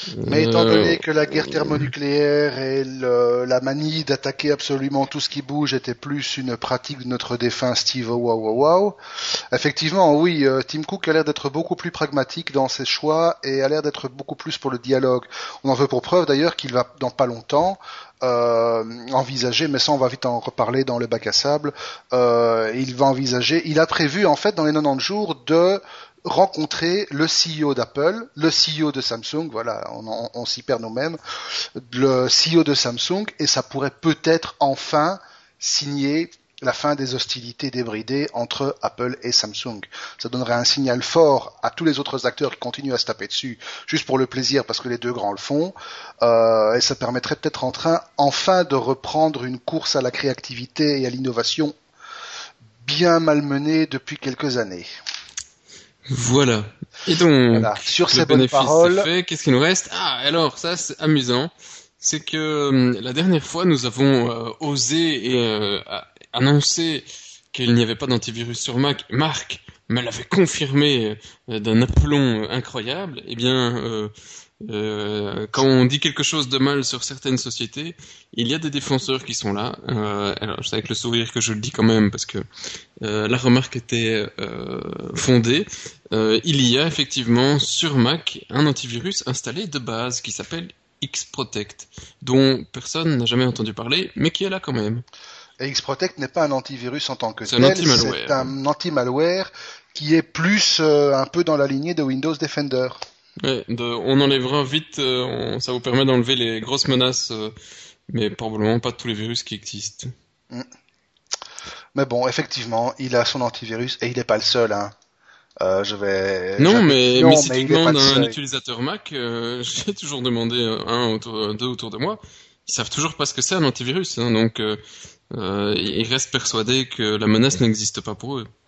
Mais étant donné Euh, que la guerre thermonucléaire et le- la manie d'attaquer absolument tout ce qui bouge était plus une pratique de notre défunt Steve Wow Wow Wow, effectivement, oui, euh, Tim Cook a l'air d'être beaucoup plus pragmatique dans ses choix et a l'air d'être beaucoup plus pour le dialogue. On en veut pour preuve d'ailleurs qu'il va dans pas longtemps euh, envisager, mais ça on va vite en reparler dans le bac à sable, euh, il va envisager, il a prévu en fait dans les quatre-vingt-dix jours de rencontrer le C E O d'Apple, le C E O de Samsung, voilà, on, on, on s'y perd nous-mêmes, le C E O de Samsung, et ça pourrait peut-être enfin signer la fin des hostilités débridées entre Apple et Samsung. Ça donnerait un signal fort à tous les autres acteurs qui continuent à se taper dessus, juste pour le plaisir, parce que les deux grands le font, euh, et ça permettrait peut-être en train, enfin, de reprendre une course à la créativité et à l'innovation bien malmenée depuis quelques années. Voilà. Et donc, Voilà. Sur le ces bonnes bénéfice c'est paroles, fait. Qu'est-ce qu'il nous reste? Ah, alors ça c'est amusant. C'est que euh, la dernière fois nous avons euh, osé et euh, a- annoncé qu'il n'y avait pas d'antivirus sur Mac. Marc me l'avait confirmé euh, d'un aplomb euh, incroyable. Eh bien, euh, euh, quand on dit quelque chose de mal sur certaines sociétés, il y a des défenseurs qui sont là. Euh, alors, c'est avec le sourire que je le dis quand même parce que euh, la remarque était euh, fondée. Euh, il y a effectivement sur Mac un antivirus installé de base qui s'appelle Xprotect, dont personne n'a jamais entendu parler, mais qui est là quand même. et Xprotect n'est pas un antivirus en tant que C'est un tel, c'est anti-malware. un anti-malware qui est plus euh, un peu dans la lignée de Windows Defender. Ouais, de- on enlèvera vite, euh, on- ça vous permet d'enlever les grosses menaces, euh, mais probablement pas tous les virus qui existent. Mm. Mais bon, effectivement, il a son antivirus et il n'est pas le seul. Hein. Euh, je vais, Non, j'avais dit mais, mais non, si mais tu il n'est pas demandes le à un seul. utilisateur Mac, euh, j'ai toujours demandé euh, un autour, deux autour de moi, ils savent toujours pas ce que c'est un antivirus, hein, donc euh, euh, ils restent persuadés que la menace n'existe pas pour eux.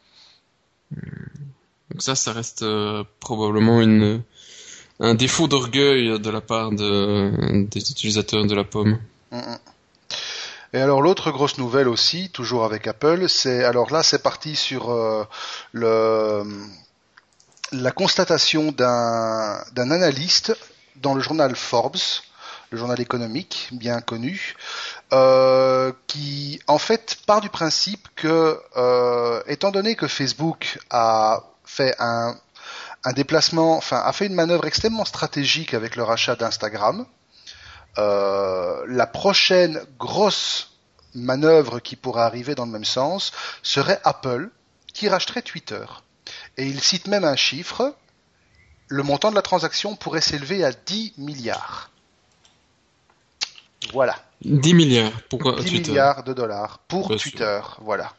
Donc ça, ça reste euh, probablement une, un défaut d'orgueil de la part de, des utilisateurs de la pomme. Mm, mm. Et alors l'autre grosse nouvelle aussi, toujours avec Apple, c'est alors là c'est parti sur euh, le la constatation d'un d'un analyste dans le journal Forbes, le journal économique bien connu, euh, qui en fait part du principe que, euh, étant donné que Facebook a fait un, un déplacement, enfin a fait une manœuvre extrêmement stratégique avec le rachat d'Instagram, euh, la prochaine grosse manœuvre qui pourrait arriver dans le même sens serait Apple qui racheterait Twitter. Et il cite même un chiffre, le montant de la transaction pourrait s'élever à dix milliards. Voilà. dix milliards, pourquoi dix Twitter? milliards de dollars pour Bien Twitter, voilà.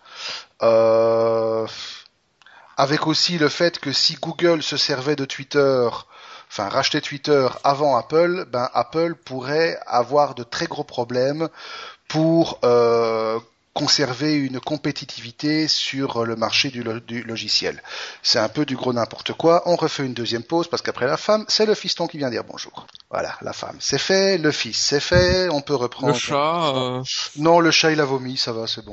Euh, avec aussi le fait que si Google se servait de Twitter, enfin rachetait Twitter avant Apple, ben Apple pourrait avoir de très gros problèmes pour euh, conserver une compétitivité sur le marché du, lo- du logiciel. C'est un peu du gros n'importe quoi. On refait une deuxième pause parce qu'après la femme, c'est le fiston qui vient dire bonjour. Voilà, la femme, c'est fait, le fils, c'est fait, on peut Le reprendre. chat, euh, Non, le chat il a vomi, ça va, c'est bon.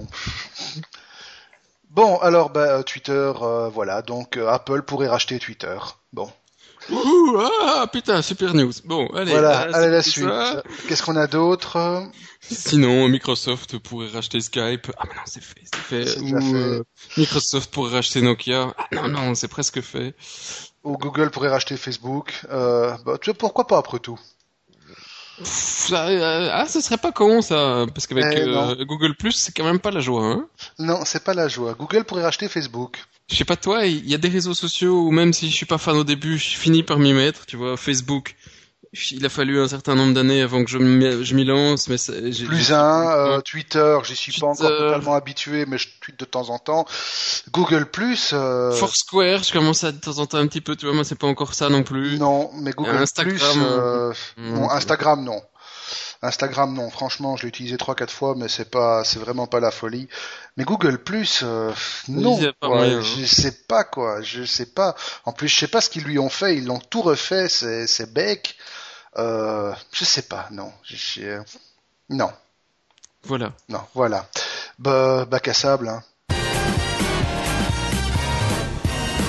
Bon, alors bah, Twitter, euh, voilà, donc euh, Apple pourrait racheter Twitter. Bon, ouh, ah, putain, super news. Bon, allez, voilà, euh, allez c'est la tout suite. ça. Qu'est-ce qu'on a d'autre? Sinon, Microsoft pourrait racheter Skype. Ah, mais non, c'est fait, c'est fait. C'est déjà Ou fait. euh, Microsoft pourrait racheter Nokia. Ah, non, non, c'est presque fait. Ou Google pourrait racheter Facebook. Euh, bah, tu sais, pourquoi pas après tout? Pff, ça, euh, ah, ce serait pas con, ça. Parce qu'avec Eh non, euh, Google+, c'est quand même pas la joie, hein. non, c'est pas la joie. Google pourrait racheter Facebook. Je sais pas toi, il y a des réseaux sociaux où même si je suis pas fan au début, je finis par m'y mettre. Tu vois, Facebook, il a fallu un certain nombre d'années avant que je m'y je m'y lance, mais c'est- j'ai j'ai Plus pris un, du euh, temps. Twitter, j'y suis pas encore Twitter, totalement habitué, mais je tweete de temps en temps. Google Plus, euh, Foursquare, je commence à de temps en temps un petit peu, tu vois, moi c'est pas encore ça non plus. non, mais Google Plus, Instagram, euh, non, non plus. Instagram, non. Instagram, non. Franchement, je l'ai utilisé trois, quatre fois, mais c'est pas, c'est vraiment pas la folie. Mais Google Plus, euh, Il non, y a pas quoi. moyen, hein. Je sais pas, quoi. Je sais pas. En plus, je sais pas ce qu'ils lui ont fait. Ils l'ont tout refait. C'est, c'est bec. Euh, je sais pas. Non. Je, je- non. Voilà. Non. Voilà. Bah, bac à sable, hein.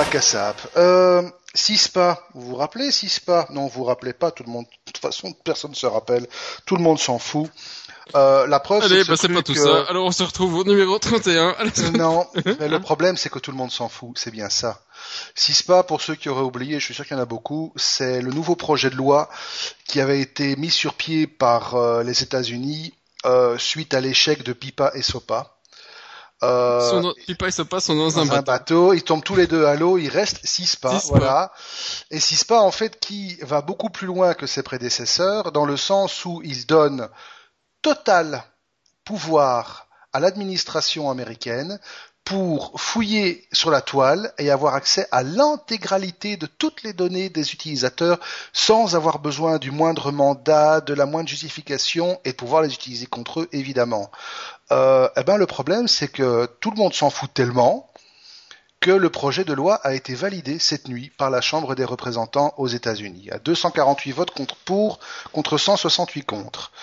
bac à sable. Euh, Cispa, vous vous rappelez Cispa? Non, vous vous rappelez pas, tout le monde, de toute façon, personne ne se rappelle, tout le monde s'en fout. Euh, la preuve, Allez, c'est bah que ce c'est pas truc, tout euh, ça. Alors on se retrouve au numéro trente et un. Allez, non, mais le hein. problème, c'est que tout le monde s'en fout, c'est bien ça. CISPA, pour ceux qui auraient oublié, je suis sûr qu'il y en a beaucoup, c'est le nouveau projet de loi qui avait été mis sur pied par euh, les États-Unis euh, suite à l'échec de PIPA et SOPA. Ils sont Euh, dans... Pipa et Sopa sont dans un dans un bateau. bateau, ils tombent tous les deux à l'eau, il reste CISPA, Six pas. voilà. Et CISPA, en fait, qui va beaucoup plus loin que ses prédécesseurs, dans le sens où il donne total pouvoir à l'administration américaine pour fouiller sur la toile et avoir accès à l'intégralité de toutes les données des utilisateurs sans avoir besoin du moindre mandat, de la moindre justification et de pouvoir les utiliser contre eux, évidemment. Euh, eh ben, le problème, c'est que tout le monde s'en fout tellement que le projet de loi a été validé cette nuit par la Chambre des représentants aux États-Unis. Il y a deux cent quarante-huit votes contre pour, contre cent soixante-huit contre.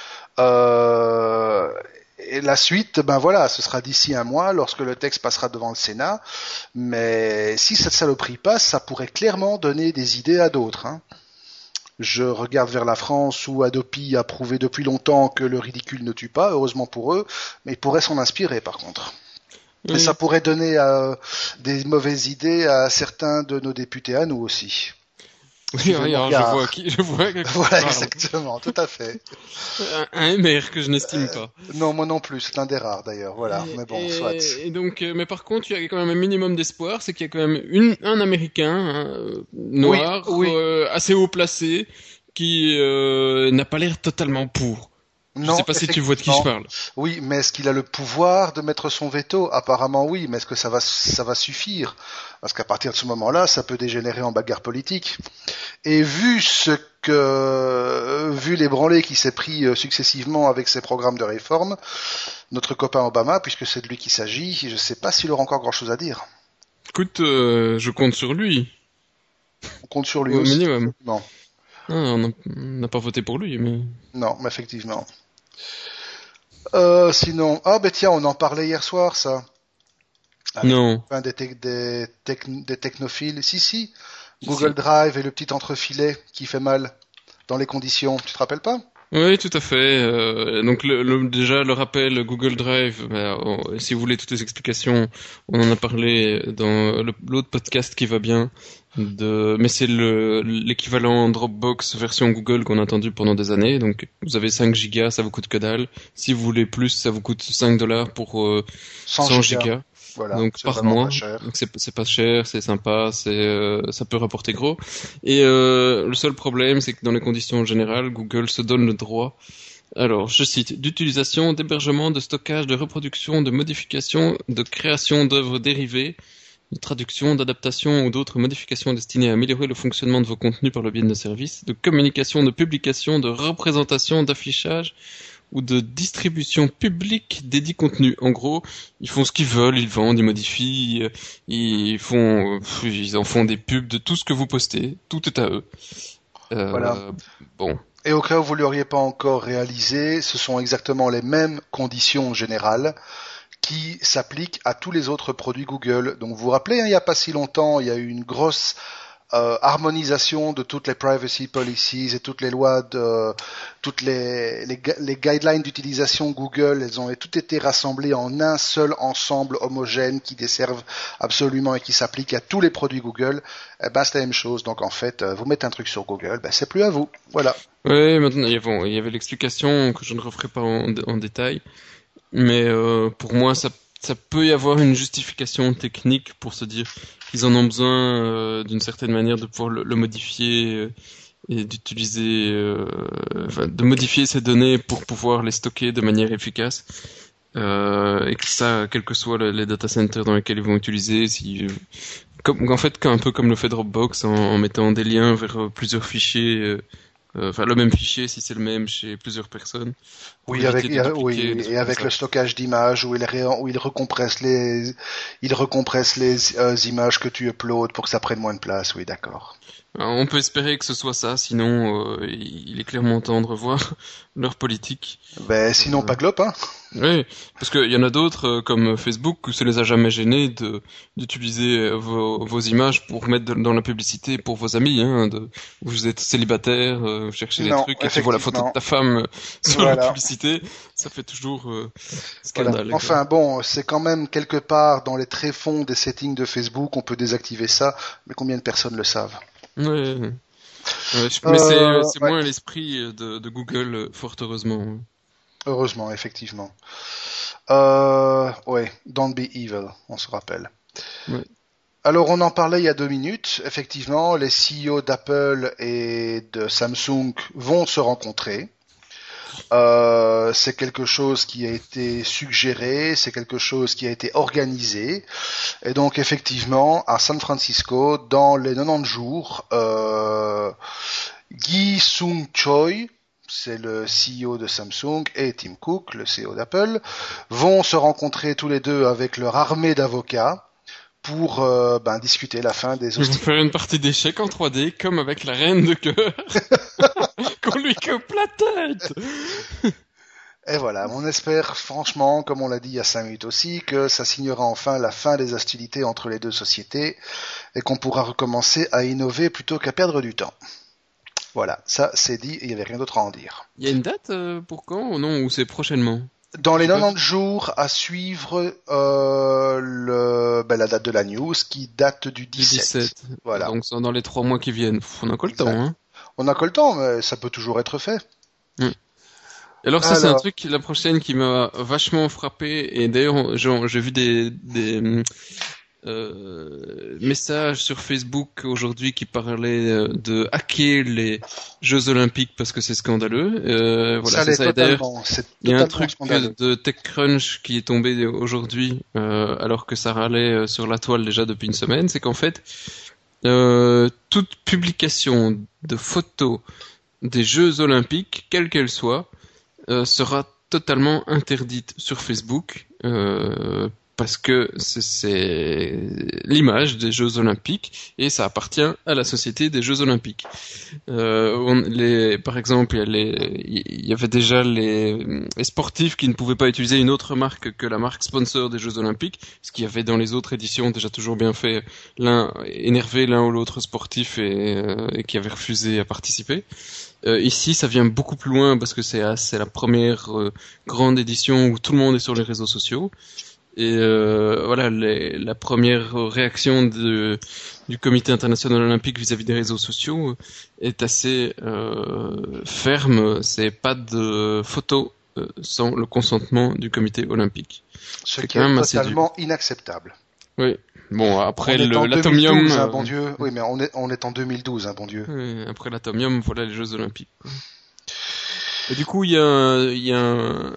Euh, et la suite, ben voilà, ce sera d'ici un mois lorsque le texte passera devant le Sénat. Mais si cette saloperie passe, ça pourrait clairement donner des idées à d'autres. Hein. Je regarde vers la France où Adopi a prouvé depuis longtemps que le ridicule ne tue pas, heureusement pour eux, mais ils pourraient s'en inspirer par contre. Oui. Et ça pourrait donner euh, des mauvaises idées à certains de nos députés à nous aussi. Oui, oui, alors, je vois qui, je vois que Voilà, exactement, tout à fait. Un, un M R que je n'estime Euh, pas. non, moi non plus, c'est un des rares d'ailleurs, voilà. Et, Mais bon, et, soit. et donc, euh, mais par contre, il y a quand même un minimum d'espoir, c'est qu'il y a quand même une, un Américain hein, euh, Oui, noir, oui. euh, assez haut placé, qui euh, n'a pas l'air totalement pour. Je Non, sais pas si tu vois de qui je parle. Oui, mais est-ce qu'il a le pouvoir de mettre son veto? Apparemment oui, mais est-ce que ça va, ça va suffire? Parce qu'à partir de ce moment-là, ça peut dégénérer en bagarre politique. Et vu ce que, vu les branlées qui s'est pris euh, successivement avec ses programmes de réforme, notre copain Obama, puisque c'est de lui qu'il s'agit, je sais pas s'il aura encore grand-chose à dire. Écoute, euh, je compte sur lui. On compte sur lui Au aussi. minimum. Non, Ah, on n'a- on n'a pas voté pour lui, mais... non, mais effectivement. Euh, sinon, ah ben tiens, on en parlait hier soir, ça. Avec Non. un des, tec- des, tec- des technophiles. Si, si. Google Drive et le petit entrefilet qui fait mal dans les conditions. Tu te rappelles pas? Oui, tout à fait. Euh, donc le, le- déjà le rappel Google Drive, bah, on- si vous voulez toutes les explications, on en a parlé dans le- l'autre podcast qui va bien. De, mais c'est le l'équivalent Dropbox version Google qu'on a attendu pendant des années. Donc vous avez cinq gigas, ça vous coûte que dalle. Si vous voulez plus, ça vous coûte cinq dollars pour euh, cent cent gigas. gigas. Voilà, Donc c'est par vraiment mois, pas cher. donc c'est c'est pas cher, c'est sympa, c'est euh, ça peut rapporter gros. Et euh, le seul problème, c'est que dans les conditions générales, Google se donne le droit. Alors, je cite, d'utilisation, d'hébergement, de stockage, de reproduction, de modification, de création d'œuvres dérivées, de traduction, d'adaptation ou d'autres modifications destinées à améliorer le fonctionnement de vos contenus par le biais de nos services, de communication, de publication, de représentation, d'affichage ou de distribution publique des dits contenus. En gros, ils font ce qu'ils veulent, ils vendent, ils modifient, euh, ils font, pff, ils en font des pubs de tout ce que vous postez. Tout est à eux. Euh, Voilà. Bon. Et au cas où vous ne l'auriez pas encore réalisé, ce sont exactement les mêmes conditions générales qui s'appliquent à tous les autres produits Google. Donc vous vous rappelez, hein, il n'y a pas si longtemps, il y a eu une grosse euh, harmonisation de toutes les privacy policies et toutes les lois de toutes les, les, les guidelines d'utilisation Google, elles ont toutes été rassemblées en un seul ensemble homogène qui desservent absolument et qui s'applique à tous les produits Google. Eh ben c'est la même chose. Donc en fait, vous mettez un truc sur Google, ben c'est plus à vous. Voilà. Oui, maintenant, il y avait, bon, il y avait l'explication que je ne referai pas en, en détail, mais euh, pour moi, ça, ça peut y avoir une justification technique pour se dire qu'ils en ont besoin euh, d'une certaine manière de pouvoir le, le modifier euh, et d'utiliser, euh, enfin, de modifier ces données pour pouvoir les stocker de manière efficace. Euh, et que ça, quels que soient les data centers dans lesquels ils vont utiliser, si, comme, en fait, un peu comme le fait Dropbox, en, en mettant des liens vers euh, plusieurs fichiers. Euh, Enfin, le même fichier si c'est le même chez plusieurs personnes. Oui, avec, oui, et avec le stockage d'images où il, ré, où il recompresse les, il recompresse les euh, images que tu uploads pour que ça prenne moins de place. Oui, d'accord. Alors, on peut espérer que ce soit ça, sinon euh, il est clairement temps de revoir leur politique. Ben, sinon, euh... pas Glop, hein. Oui, parce qu'il y en a d'autres euh, comme Facebook où ça les a jamais gênés de d'utiliser euh, vos, vos images pour mettre de- dans la publicité pour vos amis, hein, de, où vous êtes célibataire, euh, vous cherchez des Non, trucs et tu vois la photo de effectivement. ta femme euh, sur la Voilà. publicité, ça fait toujours euh, Voilà. scandale, quoi. Enfin bon, c'est quand même quelque part dans les tréfonds des settings de Facebook, on peut désactiver ça, mais combien de personnes le savent? Ouais, ouais. Ouais, je- mais c'est Euh, c'est ouais, moins l'esprit euh, de, de Google, euh, fort heureusement. heureusement, effectivement. Euh, ouais, Don't Be Evil, on se rappelle. Ouais. Alors on en parlait il y a deux minutes, effectivement, les C E O d'Apple et de Samsung vont se rencontrer. Euh, c'est quelque chose qui a été suggéré, c'est quelque chose qui a été organisé. Et donc effectivement, à San Francisco, dans les quatre-vingt-dix jours, euh, Gi Sung Choi, c'est le C E O de Samsung, et Tim Cook, le C E O d'Apple, vont se rencontrer tous les deux avec leur armée d'avocats pour euh, ben, discuter la fin des Ils vont hostilités. faire une partie d'échecs en trois D comme avec la reine de cœur, qu'on lui coupe la tête. Et voilà, on espère franchement, comme on l'a dit il y a cinq minutes aussi, que ça signera enfin la fin des hostilités entre les deux sociétés et qu'on pourra recommencer à innover plutôt qu'à perdre du temps. Voilà, ça c'est dit, il n'y avait rien d'autre à en dire. Il y a une date euh, pour quand ou non, ou c'est prochainement? Dans les J'ai pas vu. quatre-vingt-dix jours à suivre euh, le, ben, la date de la news qui date du Du dix-sept. dix-sept. Voilà, Donc c'est dans les trois mois qui viennent. Pff, on a encore le temps, exact. hein. On n'a que le temps, mais ça peut toujours être fait. Hmm. Alors ça c'est un Alors, truc, la prochaine qui m'a vachement frappé, et d'ailleurs genre, j'ai vu des, des euh, messages sur Facebook aujourd'hui qui parlaient euh, de hacker les Jeux Olympiques parce que c'est scandaleux. Euh, voilà, ça c'est l'est ça. Et d'ailleurs, totalement, c'est il y a un totalement truc scandaleux. de TechCrunch qui est tombé aujourd'hui, euh, alors que ça râlait euh, sur la toile déjà depuis une semaine, c'est qu'en fait, euh, toute publication de photos des Jeux Olympiques, quelle qu'elle soit, euh, sera totalement interdite sur Facebook, euh, parce que c'est- c'est l'image des Jeux Olympiques et ça appartient à la Société des Jeux Olympiques. Euh, on- les, par exemple, il y, a les- il y avait déjà les, les sportifs qui ne pouvaient pas utiliser une autre marque que la marque sponsor des Jeux Olympiques, ce qu'il y avait dans les autres éditions déjà toujours bien fait, l'un énervé l'un ou l'autre sportif et, euh, et qui avait refusé à participer. Euh, ici, ça vient beaucoup plus loin parce que c'est ah, c'est la première euh, grande édition où tout le monde est sur les réseaux sociaux. Et euh, voilà, les, la première réaction de, du Comité international olympique vis-à-vis des réseaux sociaux est assez euh, ferme. C'est pas de photos euh, sans le consentement du Comité olympique. Ce C'est qui quand est même assez dur. totalement inacceptable. Oui. Bon, après On est le en l'atomium, deux mille douze, hein, euh, bon Dieu. Oui, mais on est, on est en deux mille douze, hein, bon Dieu. oui, après l'atomium, voilà les Jeux olympiques. Et du coup, il y a, un- il y a un,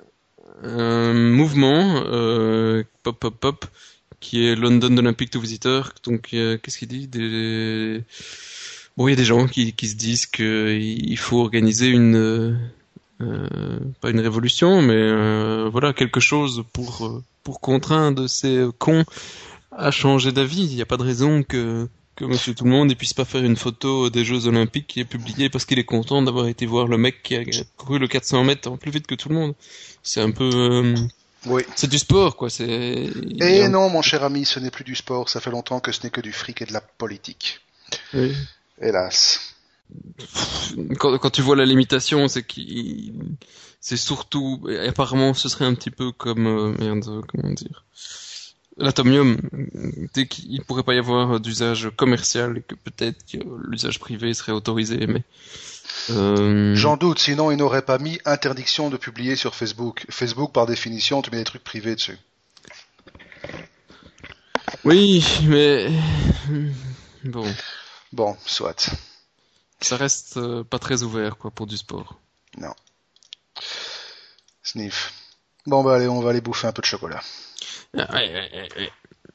un mouvement, euh, pop pop pop, qui est London Olympic to Visitor. Donc, euh, qu'est-ce qu'il dit? Des... Bon, il y a des gens qui, qui se disent qu'il faut organiser une, euh, euh, pas une révolution, mais euh, voilà, quelque chose pour, euh, pour contraindre ces cons à changer d'avis. Il n'y a pas de raison que, que Monsieur Tout le Monde ne puisse pas faire une photo des Jeux Olympiques qui est publiée parce qu'il est content d'avoir été voir le mec qui a couru le quatre cents mètres plus vite que tout le monde. C'est un peu, euh, Oui. c'est du sport, quoi. C'est, il y Et a un- non, mon cher ami, ce n'est plus du sport. Ça fait longtemps que ce n'est que du fric et de la politique. oui. Hélas. Quand, quand tu vois la limitation, c'est qu'il, c'est surtout, et apparemment, ce serait un petit peu comme, euh, merde, comment dire, l'atomium. Dès qu'il pourrait pas y avoir d'usage commercial et que peut-être que l'usage privé serait autorisé, mais euh, J'en doute, sinon ils n'auraient pas mis interdiction de publier sur Facebook. Facebook, par définition, tu mets des trucs privés dessus. oui, mais bon, Bon, soit. ça reste euh, pas très ouvert, quoi, pour du sport. Non. Sniff. Bon, bah allez, on va aller bouffer un peu de chocolat. Ah, ouais, ouais, ouais, ouais.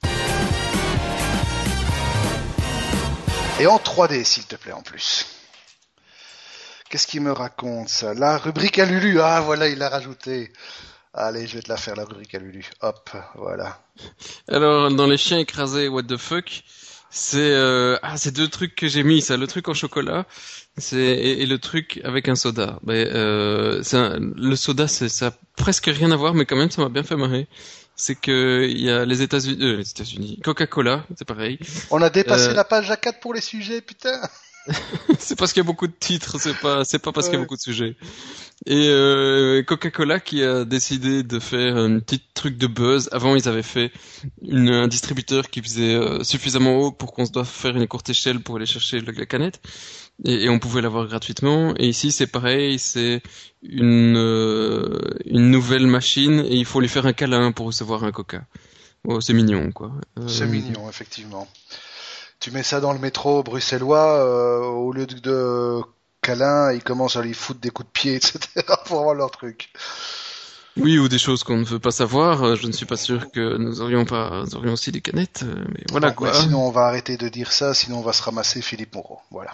Et en trois D, s'il te plaît, en plus. Qu'est-ce qu'il me raconte, ça? La rubrique à Lulu. Ah, voilà, il l'a rajouté. Allez, je vais te la faire, la rubrique à Lulu. Hop, voilà. Alors, dans les chiens écrasés, what the fuck, C'est euh, ah, c'est deux trucs que j'ai mis, ça, le truc en chocolat, c'est et, et le truc avec un soda. Mais euh, c'est un- le soda, c'est ça a presque rien à voir, mais quand même, ça m'a bien fait marrer. C'est que il y a les États-Unis, euh, les États-Unis, Coca-Cola, c'est pareil. On a dépassé Euh, la page A quatre pour les sujets, putain. c'est parce qu'il y a beaucoup de titres, c'est pas c'est pas parce qu'il y a Ouais. beaucoup de sujets. Et euh, Coca-Cola qui a décidé de faire un petit truc de buzz. Avant, ils avaient fait une, un distributeur qui faisait euh, suffisamment haut pour qu'on se doive faire une courte échelle pour aller chercher le- la canette. Et, et on pouvait l'avoir gratuitement. Et ici, c'est pareil, c'est une, euh, une nouvelle machine et il faut lui faire un câlin pour recevoir un Coca. Oh, c'est mignon, quoi. C'est Euh, mignon, effectivement. Tu mets ça dans le métro bruxellois, euh, au lieu de, de câlin, ils commencent à lui foutre des coups de pied, et cetera pour avoir leur truc. oui, ou des choses qu'on ne veut pas savoir. Euh, Je ne suis pas sûr que nous aurions pas, nous aurions aussi des canettes. euh, Mais voilà, Non, mais quoi. sinon on va arrêter de dire ça, sinon on va se ramasser Philippe Moreau. Voilà.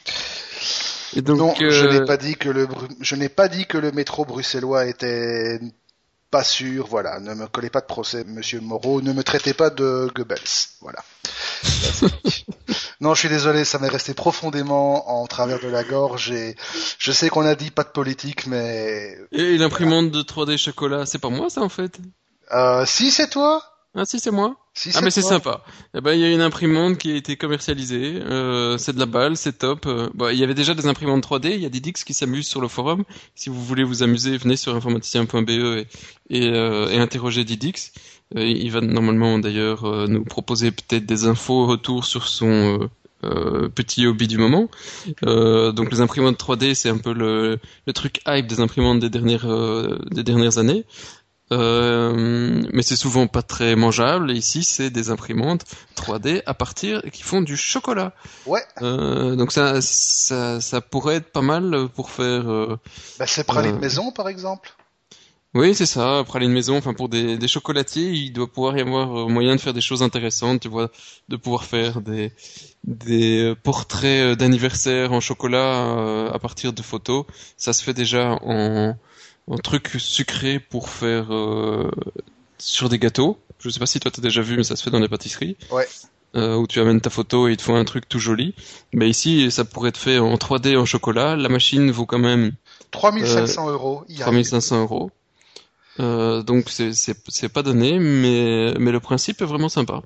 Et Non, donc, je n'ai euh, pas dit que le Bru- je n'ai pas dit que le métro bruxellois était pas sûr. Voilà, ne me collez pas de procès, Monsieur Moreau. Ne me traitez pas de Goebbels. Voilà. Ça, c'est dit. Non, je suis désolé, ça m'est resté profondément en travers de la gorge. Et je sais qu'on a dit pas de politique, mais et voilà. l'imprimante de trois D chocolat, c'est pas moi ça en fait? Euh, si c'est toi, Ah si, c'est moi. si Ah c'est mais c'est toi. sympa. Eh ben il y a une imprimante qui a été commercialisée, euh, c'est de la balle, c'est top. Euh, bon, il y avait déjà des imprimantes trois D, il y a des Dix qui s'amusent sur le forum. Si vous voulez vous amuser, venez sur informaticien point b e et, et, euh, et interrogez Didix. Euh, il va normalement d'ailleurs euh, nous proposer peut-être des infos retour sur son euh, euh, petit hobby du moment. Euh, donc les imprimantes trois D, c'est un peu le, le truc hype des imprimantes des dernières euh, des dernières années. Euh, mais c'est souvent pas très mangeable. Et ici, c'est des imprimantes trois D à partir qui font du chocolat. Ouais, Euh, donc ça, ça, ça pourrait être pas mal pour faire. Euh, bah c'est praline euh, maison par exemple. oui, c'est ça. Praline maison. Enfin, pour des, des chocolatiers, il doit pouvoir y avoir euh, moyen de faire des choses intéressantes. Tu vois, de pouvoir faire des des portraits d'anniversaire en chocolat euh, à partir de photos. Ça se fait déjà en en truc sucré pour faire euh, sur des gâteaux. Je sais pas si toi t'as déjà vu, mais ça se fait dans les pâtisseries, Ouais, euh, où tu amènes ta photo et ils te font un truc tout joli. Mais ici, ça pourrait être fait en trois D en chocolat. La machine vaut quand même euh, trois mille cinq cents euros. Y arrive. trois mille cinq cents euros. Euh, donc c'est c'est c'est pas donné, mais mais le principe est vraiment sympa.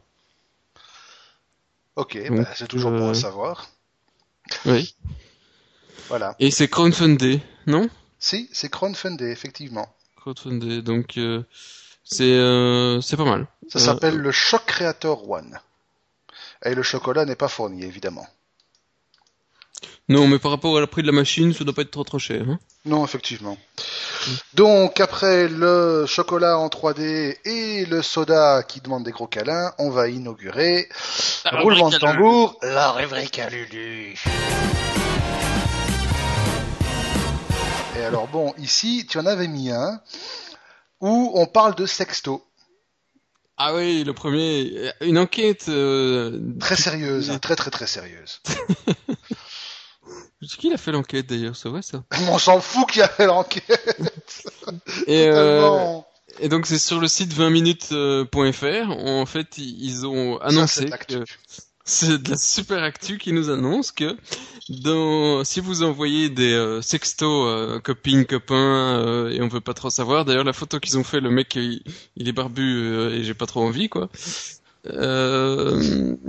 Ok, Donc bah c'est toujours bon à euh, savoir. oui. Voilà. Et c'est crowdfundé, non? Si, c'est crowdfundé, effectivement. Crowdfundé, donc euh, c'est euh, c'est pas mal. Ça Euh, s'appelle le Shock Creator One. Et le chocolat n'est pas fourni, évidemment. non, mais par rapport au prix de la machine, ça doit pas être trop trop cher, hein. Non, effectivement. Donc, après le chocolat en trois D et le soda qui demande des gros câlins, on va inaugurer, La roulement rubrique de à deux. tambour, la rubrique à Lulu. Et alors bon, ici, tu en avais mis un où on parle de sexto. Ah oui, le premier, une enquête. Euh, Très qui- sérieuse, hein, très très très sérieuse. Qui a fait l'enquête d'ailleurs, c'est vrai ça? On s'en fout qui a fait l'enquête. Et, euh, Totalement. et donc c'est sur le site vingt minutes point f r. En fait, ils ont Ça, c'est de annoncé l'actu. que c'est de la super actu qui nous annonce que dans, si vous envoyez des euh, sextos euh, copines, copains, euh, et on veut pas trop savoir. D'ailleurs, la photo qu'ils ont fait, le mec, il, il est barbu euh, et j'ai pas trop envie, quoi. Euh,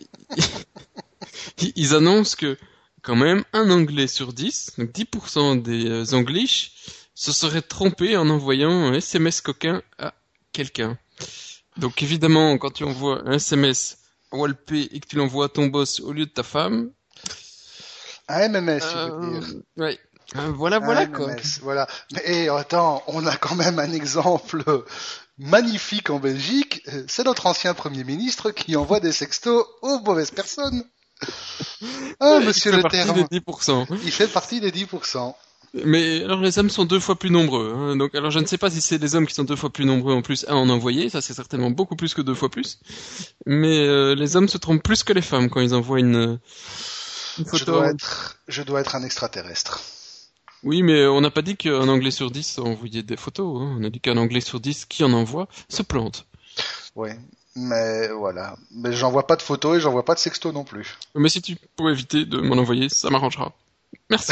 ils ils annoncent que quand même un Anglais sur dix, donc dix pour cent des euh, Anglish, se seraient trompés en envoyant un S M S coquin à quelqu'un. Donc évidemment, quand tu envoies un S M S à Walpé et que tu l'envoies à ton boss au lieu de ta femme, Un M M S, tu veux euh, dire. ouais, Euh, voilà, Un voilà quoi. M M S, voilà. Mais eh, attends, on a quand même un exemple magnifique en Belgique. C'est notre ancien Premier ministre qui envoie des sextos aux mauvaises personnes. Ah, Il monsieur fait le partie des terme. dix pour cent. Il fait partie des dix pour cent. Mais alors les hommes sont deux fois plus nombreux. Hein. Donc alors je ne sais pas si c'est les hommes qui sont deux fois plus nombreux en plus à en envoyer, ça c'est certainement beaucoup plus que deux fois plus. Mais euh, les hommes se trompent plus que les femmes quand ils envoient une, une Je dois photo. être, je dois être un extraterrestre. Oui, mais on n'a pas dit qu'un anglais sur dix envoyait des photos. Hein. On a dit qu'un anglais sur dix qui en envoie se plante. Ouais. Mais voilà. Mais j'envoie pas de photos et j'envoie pas de sexto non plus. Mais si tu peux éviter de m'en envoyer, ça m'arrangera. Merci.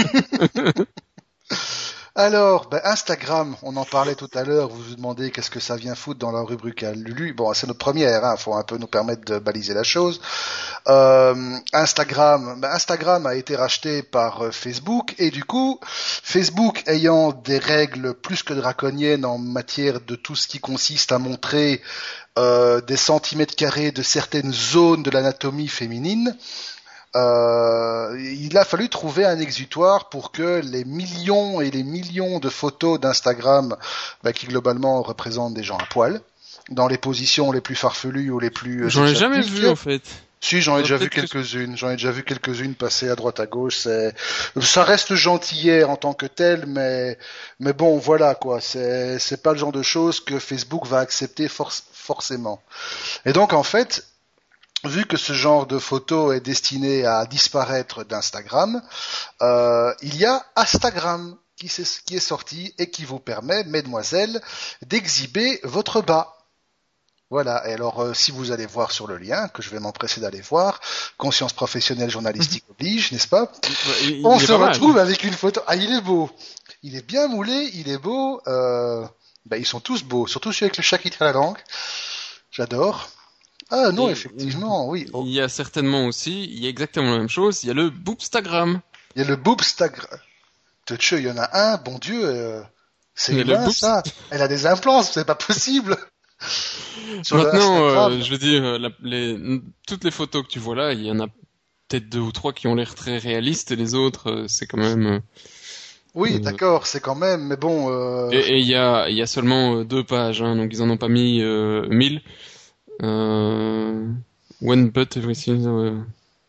Alors, ben Instagram, on en parlait tout à l'heure, vous vous demandez qu'est-ce que ça vient foutre dans la rubrique à Lulu. Bon, c'est notre première, hein, faut un peu nous permettre de baliser la chose. Euh, Instagram, ben Instagram a été racheté par euh, Facebook et du coup, Facebook ayant des règles plus que draconiennes en matière de tout ce qui consiste à montrer euh, des centimètres carrés de certaines zones de l'anatomie féminine, Euh, il a fallu trouver un exutoire pour que les millions et les millions de photos d'Instagram, bah, qui globalement représentent des gens à poil, dans les positions les plus farfelues ou les plus euh, J'en ai jamais exotiques. vu en fait. Si, j'en ai Euh, déjà vu peut-être que- quelques-unes. J'en ai déjà vu quelques-unes passer à droite à gauche. C'est, ça reste gentillet en tant que tel, mais mais bon, voilà quoi. C'est c'est pas le genre de choses que Facebook va accepter forc- forcément. Et donc en fait, vu que ce genre de photo est destiné à disparaître d'Instagram, euh, il y a Instagram qui, s'est- qui est sorti et qui vous permet, mesdemoiselles, d'exhiber votre bas. Voilà, et alors euh, si vous allez voir sur le lien, que je vais m'empresser d'aller voir, conscience professionnelle journalistique oblige, n'est-ce pas? Ouais, il, On il est se pas mal. retrouve avec une photo. Ah, il est beau. Il est bien moulé, il est beau. Euh... Ben, ils sont tous beaux, surtout celui avec le chat qui tire la langue. J'adore. Ah non, Et effectivement, oui. Oh. il y a certainement aussi, il y a exactement la même chose, il y a le Boopstagram. Il y a le boobstagram. Tchè, il y en a un, bon Dieu, euh, c'est Il y a le humain Boops. ça. Elle a des implants, c'est pas possible. Sur le Maintenant, Instagram. euh, je veux dire, euh, la- les, toutes les photos que tu vois là, il y en a peut-être deux ou trois qui ont l'air très réalistes, et les autres, euh, c'est quand même. euh, Oui, euh, d'accord, c'est quand même, mais bon. Euh... Et et il y a, il y a seulement euh, deux pages, hein, donc ils en ont pas mis euh, mille. Euh, One but everything. euh,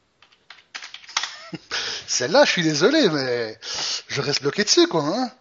Celle-là, je suis désolé, mais je reste bloqué dessus, quoi. Hein.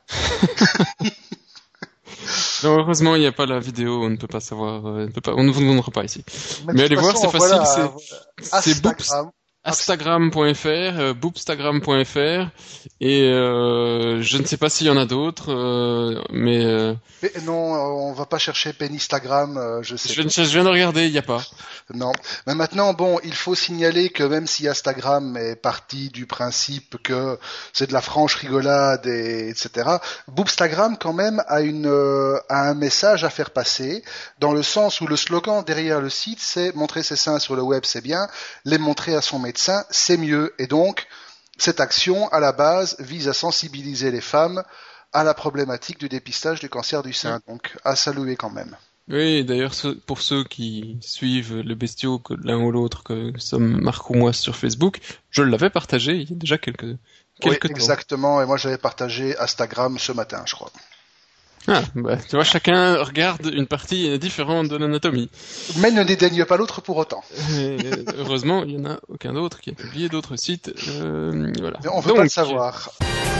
Non, heureusement, il n'y a pas la vidéo, on ne peut pas savoir, euh, on ne peut pas, on ne vous le montrera pas ici. Mais de Mais toute allez voir, façon, c'est facile, voilà, c'est, voilà. c'est boops, Instagram. instagram point f r, euh, boopstagram point f r, et euh, je ne sais pas s'il y en a d'autres, euh, mais euh, Mais non, on va pas chercher Pennystagram, euh, je sais je, viens pas. de- je viens de regarder, il n'y a pas. Non. Mais maintenant, bon, il faut signaler que même si Instagram est parti du principe que c'est de la franche rigolade et etc. Boobstagram quand même a une euh, a un message à faire passer dans le sens où le slogan derrière le site c'est montrer ses seins sur le web c'est bien, les montrer à son médecin c'est mieux. Et donc cette action à la base vise à sensibiliser les femmes à la problématique du dépistage du cancer du sein. Donc à saluer quand même. Oui, d'ailleurs, ce- pour ceux qui suivent le bestiau, que l'un ou l'autre, que sommes Marc ou moi sur Facebook, je l'avais partagé il y a déjà quelques, Oui, quelques temps. exactement. Et moi, j'avais partagé Instagram ce matin, je crois. Ah, bah, tu vois, chacun regarde une partie différente de l'anatomie. Mais ne dédaigne pas l'autre pour autant. Et, heureusement, il n'y en a aucun d'autre qui a publié d'autres sites. Euh, voilà. Mais on veut Donc, pas le savoir.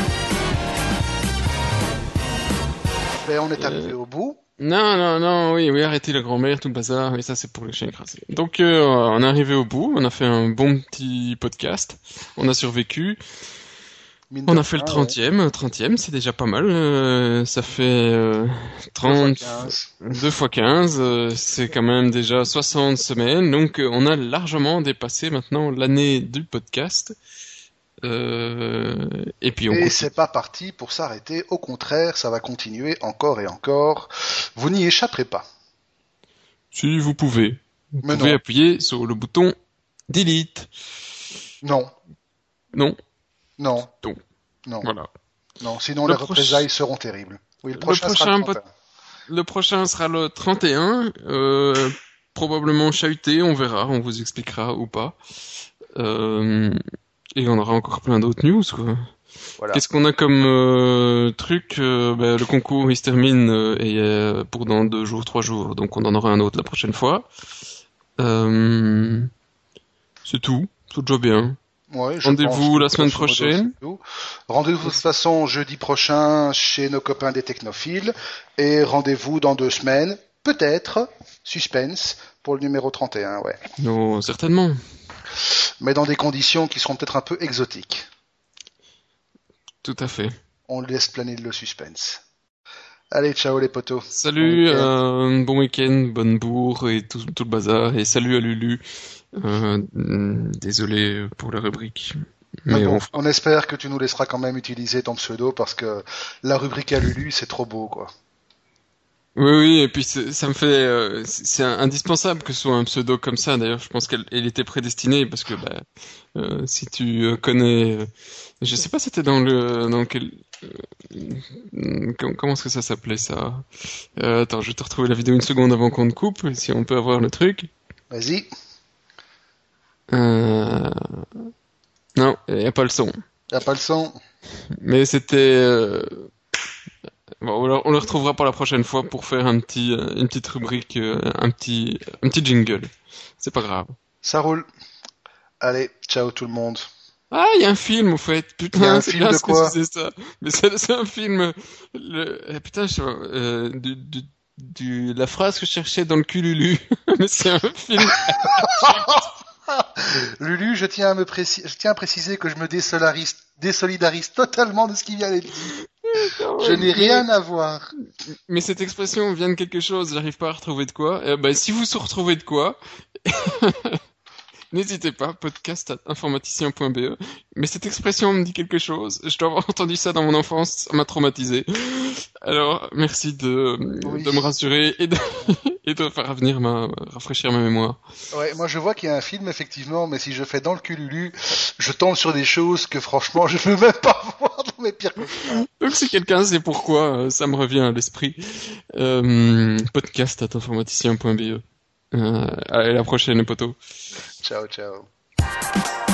Ben, on est euh, arrivé au bout. Non, non, non, oui, oui, arrêtez la grand-mère, tout le bazar, et ça c'est pour les chiens écrasés. Donc euh, on est arrivé au bout, on a fait un bon petit podcast, on a survécu, Mine on de a fait le rien, ouais. trentième, trentième c'est déjà pas mal, euh, ça fait euh, deux fois trente, quinze. deux fois quinze, euh, c'est quand même déjà soixante semaines, donc euh, on a largement dépassé maintenant l'année du podcast. Euh, et puis on Et continue. c'est pas parti pour s'arrêter. Au contraire, ça va continuer encore et encore. Vous n'y échapperez pas. Si vous pouvez, vous Mais pouvez non. appuyer sur le bouton delete. Non. Non, Non. Donc, Non. voilà. Non. Sinon, Le les proche- représailles seront terribles. Oui, le Le prochain, sera prochain le pot- trente et un. Le prochain sera le trente et un, euh, probablement chahuté, on verra, on vous expliquera ou pas. Euh, et on aura encore plein d'autres news, quoi. Voilà. Qu'est-ce qu'on a comme euh, truc euh, ben, le concours il se termine euh, et, euh, pour dans deux jours, trois jours, donc on en aura un autre la prochaine fois. Euh, c'est tout, tout déjà bien. Ouais, je Rendez-vous pense la que semaine grosso modo, prochaine. c'est tout. Rendez-vous de toute façon jeudi prochain chez nos copains des technophiles et rendez-vous dans deux semaines, peut-être, suspense, pour le numéro trente et un, ouais. Non, certainement. Mais dans des conditions qui seront peut-être un peu exotiques. Tout à fait. On laisse planer le suspense. Allez, ciao les potos. Salut, Bon week-end. euh, bon week-end, bonne bourre et tout, tout le bazar. Et salut à Lulu. Euh, désolé pour la rubrique, Mais mais bon, on fera. on espère que tu nous laisseras quand même utiliser ton pseudo parce que la rubrique à Lulu, c'est trop beau, quoi. Oui, oui, et puis c'est- ça me fait, euh, c'est c'est indispensable que ce soit un pseudo comme ça. D'ailleurs, je pense qu'elle elle était prédestinée parce que bah, euh, si tu euh, connais, euh, je sais pas, c'était dans le, dans quel, euh, com- comment est-ce que ça s'appelait ça? Euh, attends, je vais te retrouver la vidéo une seconde avant qu'on te coupe, si on peut avoir le truc. Vas-y. Euh, non, il n'y a pas le son. Y'a pas le son. Mais c'était, euh, bon, on le on le retrouvera pour la prochaine fois pour faire un petit, euh, une petite rubrique, euh, un petit, un petit jingle. C'est pas grave. Ça roule. Allez, ciao tout le monde. Ah, il y a un film, au fait. Il y a Putain, un c'est film bien de ce que quoi? c'est ça. Mais c'est c'est un film. Le... eh, putain, je sais pas, euh, du, du, du- la phrase que je cherchais dans le cululu. Mais c'est un film. Lulu, je tiens à me préci- je tiens à préciser que je me désolarise, désolidarise totalement de ce qui vient d'être dit. Je n'ai mais, rien à voir. mais cette expression vient de quelque chose. J'arrive pas à retrouver de quoi. Eh ben, si vous se retrouvez de quoi, n'hésitez pas, podcast arobase informaticien point be. Mais cette expression me dit quelque chose. Je dois avoir entendu ça dans mon enfance, ça m'a traumatisé. Alors, merci de, Oui. de me rassurer et de, et de faire revenir ma, rafraîchir ma mémoire. Ouais, moi je vois qu'il y a un film effectivement, mais si je fais dans le cululu, je tombe sur des choses que franchement je ne veux même pas voir dans mes pires cauchemars. Donc si quelqu'un sait pourquoi, euh, ça me revient à l'esprit. Euh, podcast arobase informaticien point be. Euh, allez, à la prochaine, les potos. Ciao, ciao.